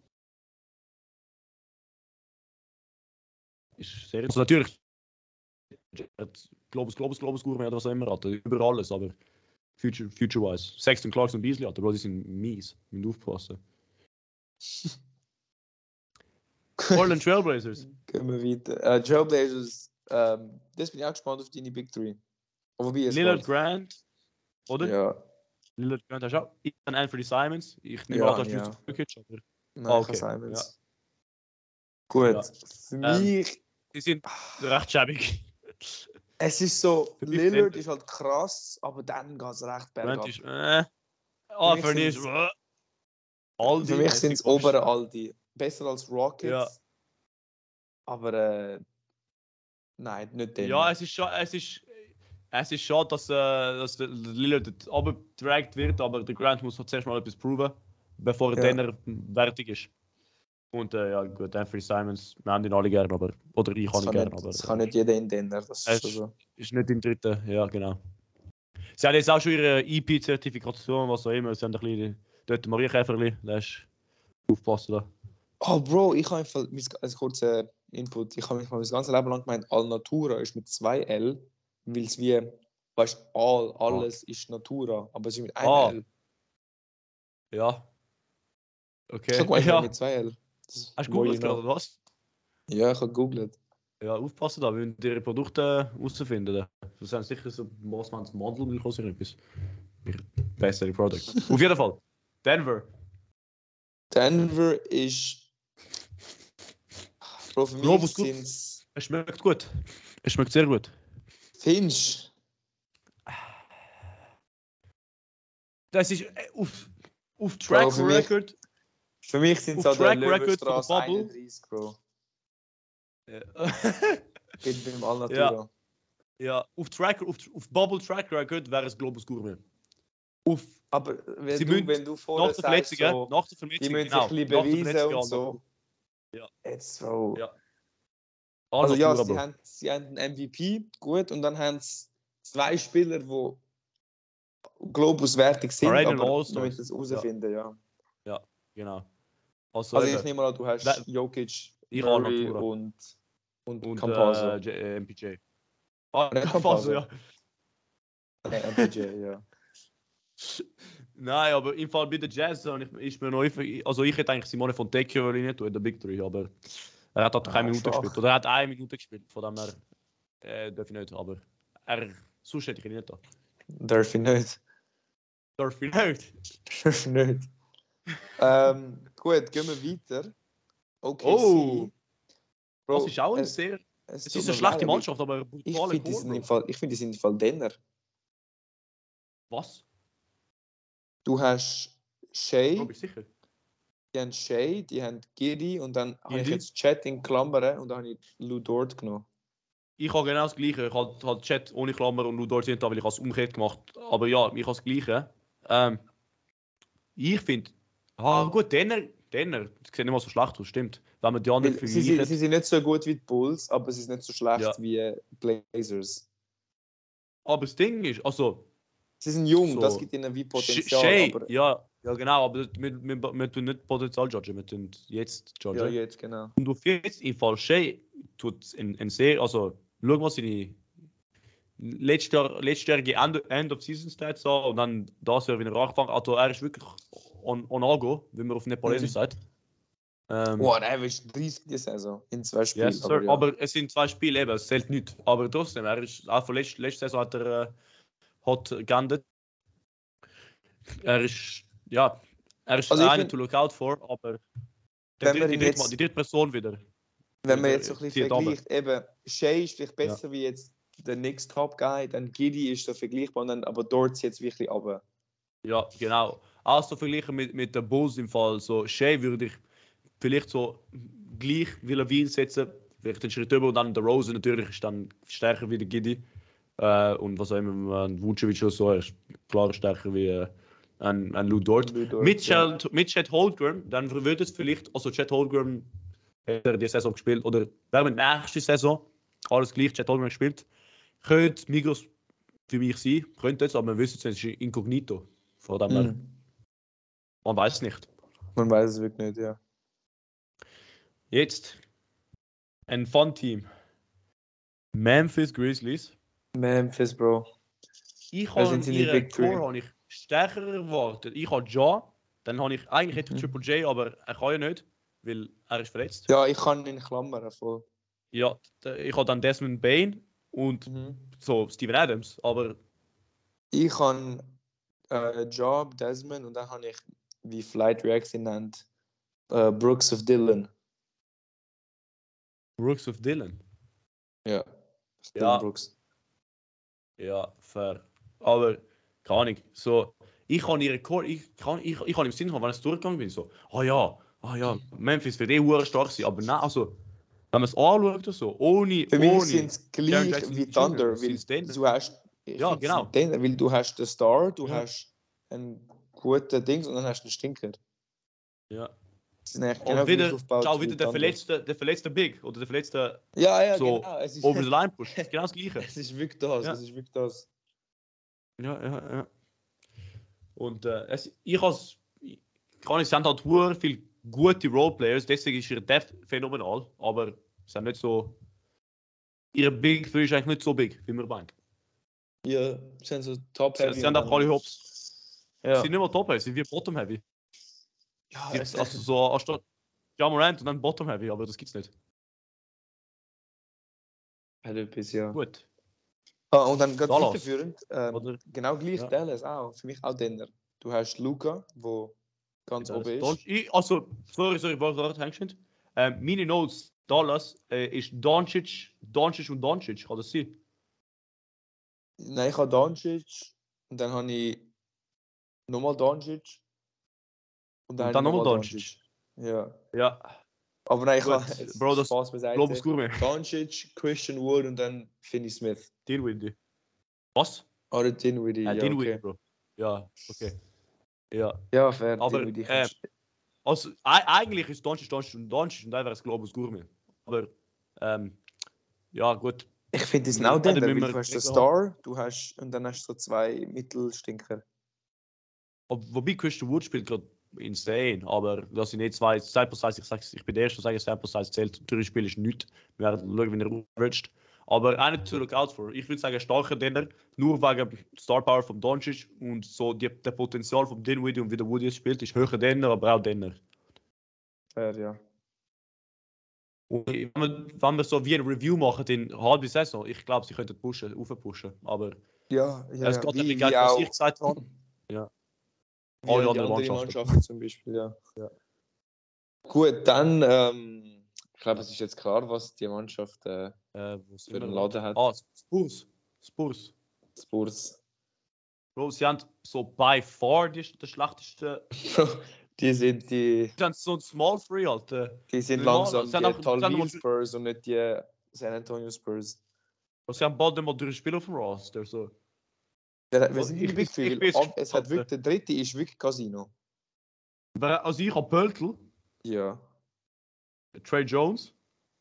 ist sehr. Also natürlich. Globus, Globus, Globus, Gourmet oder was auch immer. Alter. Über alles, aber Future, Future-wise. Sexton, Clarkson und Beasley, Alter. Bro, die sind mies. Wir müssen aufpassen. Portland Trailblazers. Gehen wir weiter. Äh, Trailblazers, ähm, das bin ich auch gespannt auf deine Big Three. Wobei es Lillard geht. Grant, oder? Ja. Lillard Grant hast du auch. Ich bin Anthony Simons. Ich nehme Ja, an, das ja. ist Jokic, aber Nein, Ah, okay. okay. Simons. Gut. Ja. Für Ähm, mich, die sind recht schäbig. es ist so, für mich Lillard sind- ist halt krass, aber dann geht es recht Grant bergab. ist. Äh, ah, mich für mich ist. sind's- Äh, Aldi, Für mich mäßig sind es fast. obere Aldi. Besser als Rockets. Ja. Aber äh, nein, nicht den. Ja, es ist schon. Es ist, es ist schade, dass, äh, dass der Lillard abgetragt wird, aber der Grant muss zuerst mal etwas proven, bevor Ja. dann er fertig ist. Und äh, ja, gut, Anthony Simons, wir haben ihn alle gerne, aber. Oder ich Das kann ihn kann, gerne, nicht, aber. das kann nicht jeder in den. Das ist Es- schon so. Ist nicht im dritten, ja, genau. Sie haben jetzt auch schon ihre E P-Zertifikation, was auch immer. Sie haben ein bisschen dort Marienkäferli, da ist aufpassen da. Oh, Bro, ich habe einfach, mein, als kurzer Input, ich habe mich mein ganzes Leben lang gemeint, Alnatura ist mit zwei L, weil es wie, weißt du, all, alles ist Natura, aber es ist mit einem Ah. L. Ja. Ich Okay. habe gemeint, Ja. mit zwei L. Das Hast du more you googelt gerade, know. oder was? Ja, ich habe gegoogelt. Ja, aufpassen da, wir müssen ihre Produkte herausfinden. Das sind sicher so, was man als Mandelmilch oder so etwas. Bessere Produkte. Auf jeden Fall. Denver. Denver ist, Bro, für mich Globus gut. sind es Es schmeckt gut. Es schmeckt sehr gut. Finch. Das ist äh, auf, auf Track Bro, für mich- Record. Für mich sind es Auf auch der Track Record von der Löwenstraße Bubble. einunddreißig, Bro. Ja. Bin beim Alnatura. Ja, auf, Track, auf, auf Bubble Track Record wäre es Globus Gourmet. Auf, Aber wenn Sie du, müssen wenn du vorher nach der sagst, Verletzung, so, nach der die Verletzung, müssen genau. sich ein bisschen nach der beweisen Verletzung, und so. Ja. Jetzt so. Ja. Also ja, Alnatura, sie Bro. haben, sie haben einen M V P, gut, und dann haben sie zwei Spieler, die Globus-wertig sind, Perennial aber All-Stars. wir müssen es herausfinden, ja. Genau. Also, Also ich eben. nehme mal an, du hast Wer- Jokic, Ich Murray Alnatura. und, und, Und Campazzo. äh, J- äh, M P J. Ah, Nicht Campazzo, Campazzo. ja. Nein, M P J, ja. Nein, aber im Fall bei den Jazz habe ich, ist mir noch einfach, also ich hätte eigentlich Simone Fontecchio nicht tun in der Big Three, aber er hat halt Ah, keine Minute schwach. gespielt. Oder er hat eine Minute gespielt, von dem her äh, darf ich nicht, aber er, sonst hätte ich ihn nicht da. Darf ich nicht. Darf ich nicht? Darf ich nicht. ähm, gut, gehen wir weiter. O K C. Oh! Bro, Das ist auch ein es, sehr... Es, Es tut ist mir eine schlechte leid, Mannschaft, aber Ich brutale finde, die sind Core, im Bro. Fall, ich finde, die sind im Fall Denner. Was? Du hast Bro, Shay, bist du sicher? die haben Shay, die haben Giddy und dann habe ich Giddy? jetzt Chat in Klammern und dann habe ich Lou Dort genommen. Ich habe genau das Gleiche. Ich habe halt Chat ohne Klammer und nur dort sind, weil ich es umgekehrt gemacht. Aber ja, ich habe das Gleiche. Ähm, ich finde, ah gut, Denner, Denner, das sieht nicht mal so schlecht aus, stimmt. Wenn man die anderen Weil sie, sie, sie vergleicht. sind nicht so gut wie die Bulls, aber sie sind nicht so schlecht Ja. wie äh, Blazers. Aber das Ding ist, also, Sie sind jung, so, das gibt ihnen wie Sh- Potenzial, Shay, aber ja, ja genau, aber das- wir, wir, wir tun nicht Potenzial judgen, wir tun jetzt ja, judgen. jetzt genau. Und auf jetzt im Fall Shay tut in, in sehr, also, schau mal seine letztjahr, letztjährige End, End of Season Stats an und dann das Jahr wieder angefangen. Also er ist wirklich on, on ago, wie man auf Nepalesisch Mhm. sagt. Ähm, Boah, der ist dreißig die Saison in zwei Spielen. yes, aber, sir. ja. Aber es sind zwei Spiele eben, es zählt nicht. Aber trotzdem, er ist auch von letzter letzte Saison hat er äh, hat geendet. Er ist ja, er ist Also ich einer find, to look out for, aber der, wenn man die, ihn dritte, jetzt, die dritte Person wieder. wenn man wieder jetzt so ein bisschen zieht runter. vergleicht, eben, Shay ist vielleicht Ja. besser wie jetzt der Next Top Guy, dann Giddy ist so vergleichbar, und dann, aber dort zieht es wirklich runter. Ja, genau. Also verglichen mit, mit den Bulls im Fall, so Shea würde ich vielleicht so gleich will er einsetzen, vielleicht einen Schritt über und dann der Rose natürlich ist dann stärker wie der Giddy. Äh, und was auch immer, ein Vucevic oder so, er ist klar stärker wie äh, ein, ein Lou Dort. Lou Dort, Mit, ja. Chet, mit Chet Holmgren, dann würde es vielleicht, also Chet Holmgren hat er die Saison gespielt, oder während der nächsten Saison, alles gleich, Chet Holmgren gespielt, könnte Migros für mich sein, könnte es, aber man wüsste es, es ist inkognito. Von dem her, Mhm. man weiß es nicht. Man weiß es wirklich nicht, ja. Jetzt ein Fun-Team. Memphis Grizzlies. Memphis, Bro. Ich Das habe sind seine ihre Big Three. Core habe ich stärker erwartet. Ich habe Ja, dann habe ich eigentlich hätte ich Mhm. Triple J, aber er kann ja nicht, weil er ist verletzt. Ja, ich kann ihn in Klammern voll. Ja, d- ich habe dann Desmond Bain und Mhm. so Steven Adams, aber Ich habe äh, Job, Desmond und dann habe ich, wie Flight Reacts ihn nennt, äh, Brooks of Dylan. Brooks of Dylan. Ja. Ja. Brooks. Ja, fair. Aber keine Ahnung. So, ich habe ihre Core, ich kann, ich, ich habe im Sinn, wenn ich durchgegangen bin, so, ah ja, ah ja, Memphis wird eh hure stark sein, aber nein, also, wenn man es anschaut oder so, ohne, Für mich ohne sind es Jaren gleich Jackson wie Junior, Thunder, weil sind's denen. du hast, ich Ja, finde, es genau. sind denen, weil du hast den Star, du Ja. hast einen guten Dings und dann hast du einen Stinker. Ja. Sie sind eigentlich Und genau gleich wieder, aufgebaut schau, wie wieder der Thunder. verletzte, der verletzte Big oder der verletzte Ja, ja, so genau. Es ist, over the line push. Das ist genau das Gleiche. es ist wirklich das, Ja. es ist wirklich das. Ja, ja, ja. Und äh, es, ich has, ich kann nicht sagen, halt hure viel gute Roleplayers, deswegen ist ihr Depth phänomenal, aber es sind nicht so. Ihre Big Three ist eigentlich nicht so big, wie man denkt. Ja, sie sind so top Sie, heavy. sie haben auch alle Hops. Ja. Sie sind nicht mal top heavy, sie sind wie bottom heavy. Ja, Die, es, also so anstatt Ja Morant und dann bottom heavy, aber das gibt's nicht. hat etwas, ja. Gut. Ah, und dann gerade Dallas, weiterführend, ähm, oder? genau gleich Ja. Dallas auch, für mich auch Denner. Du hast Luca, wo ganz Dallas. oben ist. Don- ich, also, sorry, sorry, warte, warte, hängst ähm, meine Notes, Dallas, äh, ist Doncic, Doncic und Doncic, kann das sein? Nein, ich habe Doncic und dann habe ich nochmal Doncic und dann Und habe dann ich nochmal nochmal Doncic. Doncic. Ja. Ja, Aber nein, ich gut. habe jetzt Bro, das Spaß beiseite. Globus Gourmet. Doncic, Christian Wood und dann Finney Smith. Dinwiddie. Was? Oder Dinwiddie, Ja, ja, Dinwiddie, okay. Bro. Ja, okay. Ja, Ja, fair, aber Dinwiddie. äh, also, e- eigentlich ist Doncic, Doncic und Doncic und dann wäre es Globus Gourmet. Aber, ähm, ja, gut. Ich finde, die sind Ja, auch dann Denner, weil müssen wir du hast den Regeln Star, du hast, und dann hast du so zwei Mittelstinker. Ob, wobei Christian Wood spielt gerade insane, aber das sind nicht zwei Sample Size. Ich, sag's, ich bin der Erste, der sagt, Sample Size zählt. Drei Spiele ist nichts. Wir werden schauen, wie er averaged. Aber einer zu look out for. Ich würde sagen, starker Denner, nur wegen Star Power von Doncic und so die, der Potenzial von Dinwiddie und wie der Woody es spielt, ist höher Denner, aber auch Denner. Fair, ja. Und wenn wir, wenn wir so wie ein Review machen in halbe Saison, ich glaube, sie könnten pushen, aufpushen. Aber Ja, ja, es ja. geht Wie, nicht wie was auch ich gesagt habe. Ja. wie Alle die anderen anderen Mannschaften. Mannschaften zum Beispiel, ja. Ja. Gut, dann ähm, Ich glaube, es ist jetzt klar, was die Mannschaft äh, Äh, wo sind für den wir? Laden hat. Ah, Spurs. Spurs. Spurs. Bro, sie haben so by far die, die schlechteste. die sind die, Sie haben so ein Small Free, Alter. die sind Normal, langsam sie haben die auch- sie haben Talville mal- Spurs und nicht die San Antonio Spurs. Sie haben bald immer drei Spieler auf dem Roster. So. Wir, wir sind Ich- in Big ich- Three, ich weil bin jetzt ab- es hat gespannt. wirklich, der dritte ist wirklich Casino. Aber also ich habe Pöltl, Ja. Trey Jones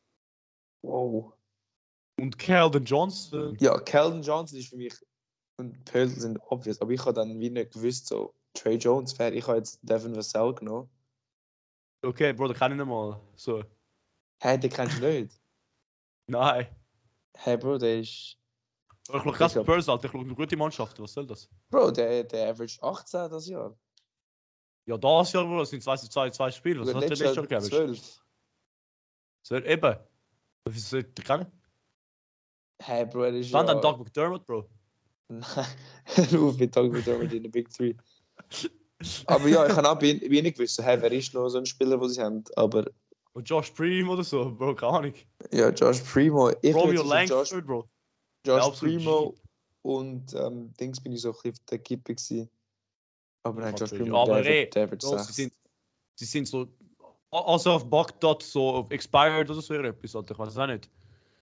Wow. und Keldon Johnson. Ja, Keldon Johnson ist für mich und Pöltl sind obvious, aber ich habe dann wie nicht gewusst, so Trey Jones fair. Ich habe jetzt Devin Vassell genommen. Okay, Bro, den kann ich nicht mal. So. Hey, den kennst du nicht. Nein. Hey, Bro, der ist. Ich schaue Ich krass hab- Spurs, Alter. Ich schaue eine gute Mannschaft. Was soll das? Bro, der, der average achtzehn das Jahr. Ja, das Jahr, Bro, das sind zwei, zwei, zwei Spiele. Was hat der Letztes letztes Jahr Jahr gegeben? zwölf. So, eben. Wie soll ich den kennen? Hey, Bro, er ist Dann ja... dann Doug McDermott, Bro. Nein, ruf mit Doug McDermott in der Big Three. Aber ja, ich habe auch bin, bin nicht gewusst, hey, wer ist noch so ein Spieler, den sie haben. Aber Und Josh Primo oder so, Bro, keine Ahnung. ja, Josh Primo. Ich bin Romeo jetzt zwischen Josh, Langford, Bro. Josh Ja, absolut Primo und ähm, Dings bin ich so ein bisschen auf der Kippe gewesen. Aber nein, Ja, Josh natürlich. Primo, Aber der, ey, wird- der wird Bro, sie sechs. sind, sie sind so. Also auf Bagdad so auf expired oder so etwas, Alter. Ich weiß es auch nicht.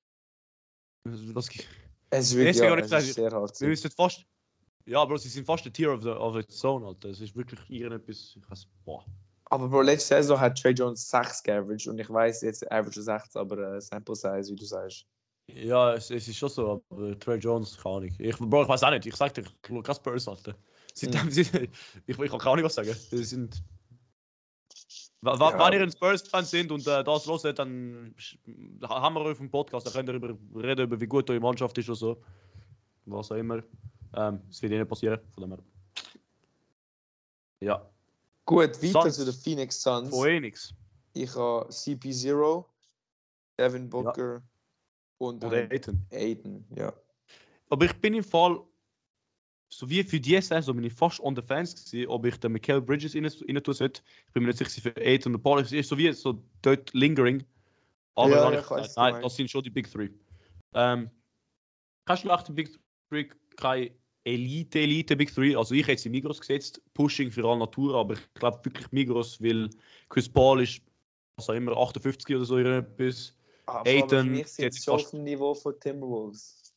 Das, Es ist wirklich, Deswegen ja, habe ich es gesagt, ist sehr hart. wir wissen fast. Ja, Bro, sie sind fast der Tier of the, of the Zone, Alter. Es ist wirklich irgendetwas. Ich weiß, boah. Aber Bro, letzte Saison hat Trey Jones sechs geaveraged und ich weiß jetzt average sechs, aber äh, Sample Size, wie du sagst. Ja, es, es ist schon so, aber Trey Jones, keine Ahnung. Ich, Bro, ich weiß auch nicht. Ich sag dir, ich schaue kein Spurs, Alter. Seitdem Mhm. sie. Ich, ich kann keine Ahnung was sagen. Sie sind. Wa- wa- Ja. Wenn ihr ein Spurs-Fan sind und äh, das hört, dann sch- haben wir auf dem Podcast, da könnt ihr über, reden, über wie gut eure Mannschaft ist oder so. Was auch immer. Ähm, das wird eh nicht passieren, von dem her. Ja, Gut, weiter Suns. zu den Phoenix Suns. von eh nix. Ich habe C P zero, Devin Booker und Oder dann Aiton. Aiden. Ja. Aber ich bin im Fall, so wie für die Saison, bin ich fast on the fence gewesen, ob ich den Mikal Bridges rein, rein tun sollte. Ich bin mir nicht sicher für Aiton und Paul. Es ist so wie so dort lingering. Aber Ja, dann ja, habe ich ich weiss, gesagt, was du nein, meinst. das sind schon die Big Three. Ähm, keine schlechte Big Three, keine Elite, Elite Big Three. Also ich hätte sie Migros gesetzt, Pushing für alle Natur, aber ich glaube wirklich Migros, weil Chris Paul ist, was auch immer, achtundfünfzig oder so irgendetwas. Aber, Aiden, aber für mich sind jetzt sie schon fast- auf dem Niveau von Timberwolves.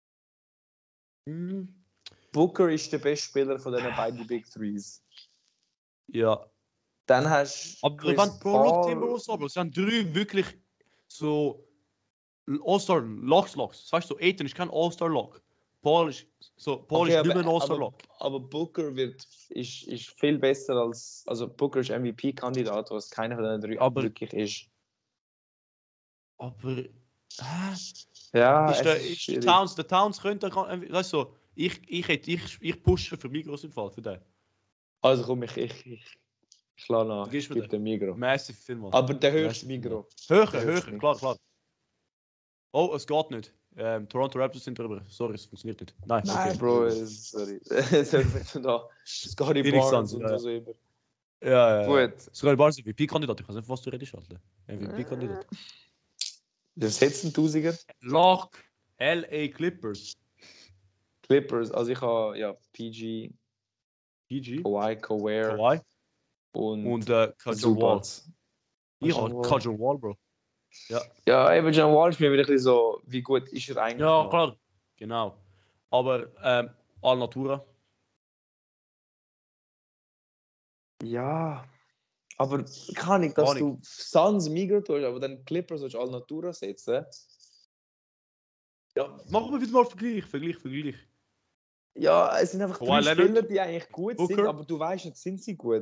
Hm, Booker ist der beste Spieler von diesen beiden Big Threes. ja. Dann hast du Aber Chris wenn Pro Lock Paul. Timberwolves aber es sind drei wirklich so All-Star Locks Locks. Das heißt so, Aiton ist kein All-Star Lock. Paul ist so, Paul Okay, ist nicht mehr ein aber, All-Star aber, Lock. aber Booker wird, ist, ist viel besser als. Also Booker ist M V P-Kandidat, was keiner von den drei Aber- wirklich ist. Aber hä? Ja, ist es der, ist ist der schwierig. Towns, der Towns könnte, kann- weißt du, so, ich, ich, hätte- ich, ich pushe für Migros im Fall, für den. Also komm, ich, ich, ich, ich lasse nach. Du gibst Ich mir gebe den Migro. Massive Film. Aber der höchste Massive Migro. Höher, Der höher, höchste klar, klar. Oh, es geht nicht. Ähm, Toronto Raptors sind drüber. Sorry, es funktioniert nicht. Nein, Nein, okay. Bro, äh, sorry. Es ist da. Scotty Phoenix Barnes Suns, und ja. so immer. Ja, ja. Gut. Sogar Barnes M V P-Kandidat. Ich weiß nicht, was du redest, Alter. M V P-Kandidat. Das setzt ein Tausiger. Lock L A Clippers. Clippers, also ich habe ja P G, P G. Kawhi, Kawhi Kawhi. und, Und äh, Kajon Wall. Zubats. Ich Kajon habe Wall. Kajon Wall, Bro. Ja. Ja, eben John Wall ist mir wieder ein bisschen so, wie gut ist er eigentlich Ja, noch? klar. Genau. Aber ähm, Al Natura. Ja, aber kann ich, dass Kann du Suns Migros tust, aber dann Clippers sollst du Al Natura setzen. Ja, machen wir wieder mal Vergleich, Vergleich, Vergleich. Ja, es sind einfach Kawhi drei Leonard, Spieler, die eigentlich gut sind, Booker. aber du weißt nicht, sind sie gut.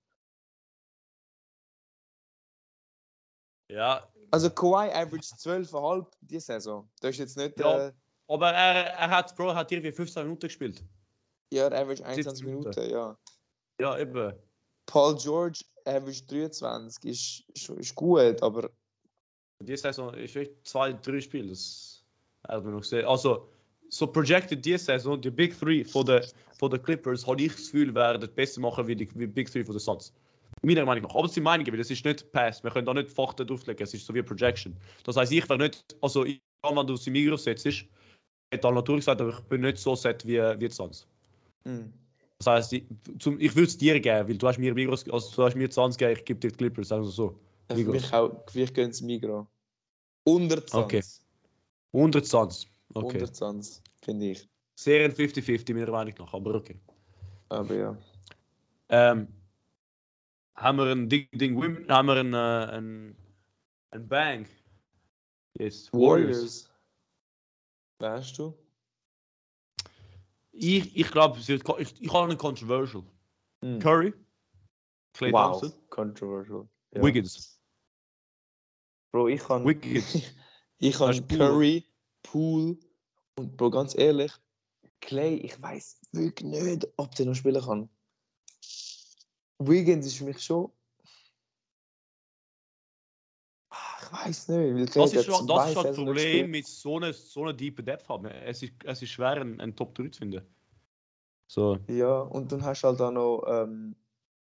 Ja, Also Kawhi average zwölf Komma fünf diese Saison. Das ist jetzt nicht... Ja. Äh, aber er, er hat, Bro, hat irgendwie fünfzehn Minuten gespielt. ja, er average einundzwanzig siebzehn Minuten. Minuten, ja. Ja, eben. Paul George average dreiundzwanzig, ist, ist, ist gut, aber... Diese Saison ist echt zwei, drei Spiele. Das hat man noch gesehen. Also, so projected diese Saison, die Big Three von den, von den Clippers, habe ich das Gefühl, werden besser machen wie die wie Big Three von den Suns. Meiner Meinung nach. Aber es sind Meinungen, weil es ist nicht Pass. Wir können da nicht Fakten drauflegen, es ist so wie Projection. Das heisst, ich wäre nicht, also ich, wenn du Simigros setzt, hat Alnatur gesagt, aber ich bin nicht so set wie, wie die Suns. Mm. Das heisst, ich, zum, ich würde es dir geben, weil du hast mir Migros, also du hast mir Suns gegeben, ich gebe dir die Clippers, also so. Ja, für mich auch, für mich gehen es Migros. Unter Suns. Okay. Unter Suns. Okay. Unter Suns, finde ich. Sehr ein fünfzig fünfzig meiner Meinung nach, aber okay. Aber ja. Ähm, haben wir ein Ding, Ding Women, haben wir ein, äh, ein, ein Bang. Jetzt Warriors. Weißt du? Ich, ich glaube, ich, ich habe einen Controversial. Mm. Curry. Klay Wow, Thompson. controversial. Ja. Wiggins. Bro, ich kann... Wiggins. ich kann Hast Poole. Curry, Poole und Bro, ganz ehrlich, Clay, ich weiß wirklich nicht, ob der noch spielen kann. Wiggins ist für mich schon... Ah, Ich weiß nicht, weil Clay Das ist hat schon zwei das, ist schon das Saisons nicht Problem gespielt. mit so einer so eine deepen Depth haben. Es ist, es ist schwer, einen, einen Top drei zu finden. So. Ja, und dann hast du halt auch noch... Ähm,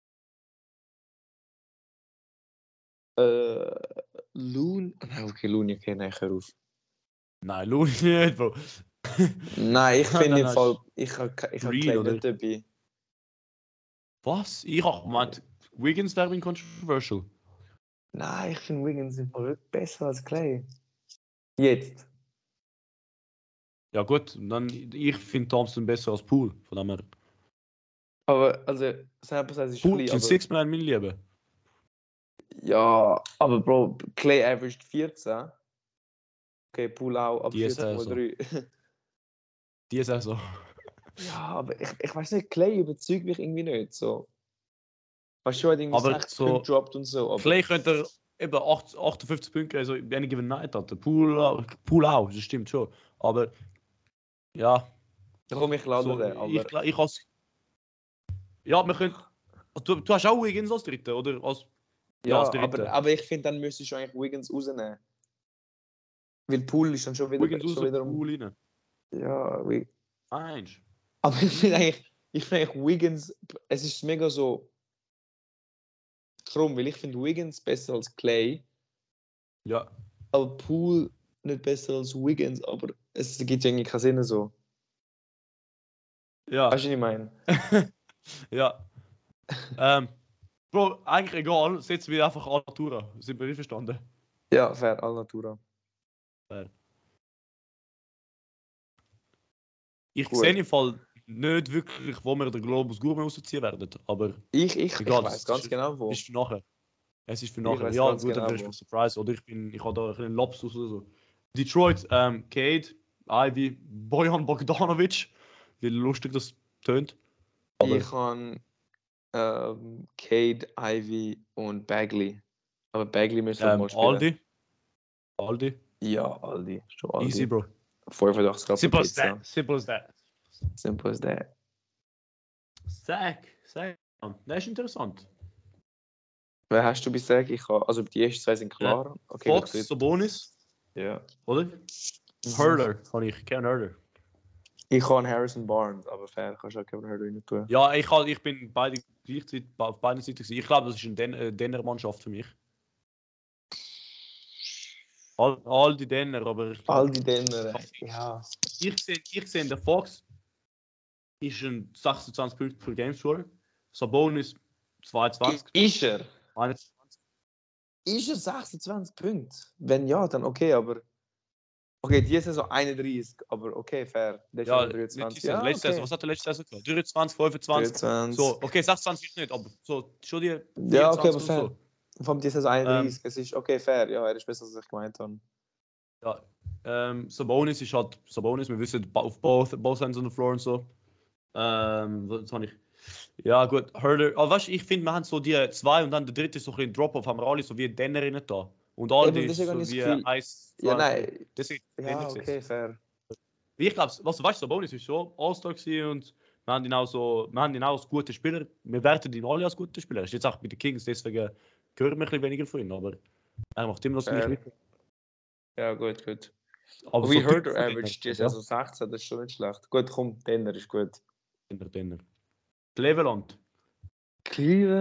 äh, Loon... Nein, okay, Loon, ich kenne nachher auf. Nein, Lou nicht, Bro. Nein, ich Nein, finde im nein, Fall... Ich habe ich hab Green, Clay oder? nicht dabei. Was? Ich habe gemeint, Wiggins wäre mein Controversial. Nein, ich finde Wiggins im Fall wirklich besser als Clay. Jetzt. Ja gut, dann, ich finde Thompson besser als Poole. Von dem her. Aber, also, selber sagt, es ist Poole klein, ist aber... Six-Man, mein Lieber. Ja, aber Bro, Clay averaged vierzehn. Okay, Poole auch, aber Die ist vierzehn auch Komma drei. Die ist auch so. Ja, aber ich, ich weiß nicht, Clay überzeugt mich irgendwie nicht. So. Weißt du, er hat irgendwie Aber sechzig so- Punkte gedroppt und so. Aber Clay könnte eben acht- achtundfünfzig Punkte, also in any given night hat. Der Poole, auch- Poole auch, das stimmt schon. Aber ja, da komme ich lade so, den. Aber ich, ich has, ja, wir können. Du, du hast auch Wiggins als Dritte, oder? Als, ja, ja, als Dritte. aber, aber ich finde, dann müsstest du eigentlich Wiggins rausnehmen. Weil Poole ist dann schon wieder... Wiggins raus, schon wiederum, Poole rein. ja, Wi- Eins. aber ich finde eigentlich, ich finde eigentlich Wiggins, es ist mega so krumm, weil ich finde Wiggins besser als Clay. Ja. Aber Poole nicht besser als Wiggins, aber es gibt ja irgendwie keinen Sinn so. Ja. Weißt du, was ich meine? Ja. ähm, Bro, eigentlich egal, setzen wir einfach Alnatura. Sind wir einverstanden? Ja, fair, Alnatura. Ich Gut. sehe im Fall nicht wirklich, wo wir den Globus Gourmet rausziehen werden, aber Ich, ich, Egal, ich das weiß ganz ist- genau wo. ist für nachher. Es ist für Ich nachher. weiss Ja, ganz gut, dann genau, wirst du wo. Surprise. Oder ich bin, ich habe da ein bisschen Lapsus oder so. Detroit, ähm, Cade, Ivy, Bojan Bogdanovic. Wie lustig das tönt. Aber Ich habe ähm, Cade, Ivy und Bagley. Aber Bagley müsste halt ähm, mal spielen. Aldi. Aldi. Ja, Aldi. Schon Aldi. Easy, Bro. fünfundachtzig Gramm Simple as Pizza. that. Simple as that. Simple as that. Zack. Zack. Das ist interessant. Wer hast du bisher? Ich habe, also die ersten zwei sind klar. Okay, Fox, gut, Sabonis. ja. Oder? Herder. Habe ich. Kevin Herder. Ich habe Harrison Barnes, aber fair, kannst du auch Kevin Herder rein tun. Ja, ich, hab, ich bin beide gleichzeitig auf beiden Seiten gewesen. Ich glaube, das ist eine Den äh, Denner-Mannschaft für mich. All, all die Denner, aber ich, All die Denner, ja. ich sehe, ich sehe, der Fox ist ein sechsundzwanzig Punkte pro Game Scorer. Sabonis zweiundzwanzig. Ist er? einundzwanzig. Ist er sechsundzwanzig Punkte? Wenn ja, dann okay, aber... Okay, die Saison einunddreißig, aber okay, fair. Der ist Ja, schon nicht dreiundzwanzig. die Saison, letzte Saison. Was hat der letzte Saison gemacht? dreiundzwanzig, fünfundzwanzig. dreiundzwanzig. So, okay, sechsundzwanzig ist nicht, aber so schon die Ja, okay, aber vierundzwanzig fair. und so. Vor allem die Saison einunddreißig. Es ist okay, fair. Ja, er ist besser, als ich gemeint habe. Ja, ähm, Sabonis ist halt Sabonis, wir wissen auf both, both ends on the floor und so. Ähm, was habe ich? Ja, gut, Herder. Aber weißt du, ich finde, wir haben so die zwei und dann der dritte so ein bisschen Drop-off, haben wir alle so wie Denner rein da. Und all Eben, die das ist ja gar so nicht das wie Gefühl. eins, zwei, Ja, drei. nein. Deswegen Ja, Denner gesetzt. okay, fair. Ich glaube, was weißt du, Sabonis ist schon All-Star gewesen und wir haben ihn auch so, wir haben ihn auch als guten Spieler, wir werten ihn alle als guten Spieler. Er ist jetzt auch bei den Kings, deswegen hören wir ein bisschen weniger von ihm, aber er macht immer noch das Fair. gleiche. Ja, gut, gut. Aber Wie so Herder typisch average die ja. Saison sechzehn, das ist schon nicht schlecht. Gut, komm, Denner ist gut. Denner, Denner. Cleveland. Cleveland,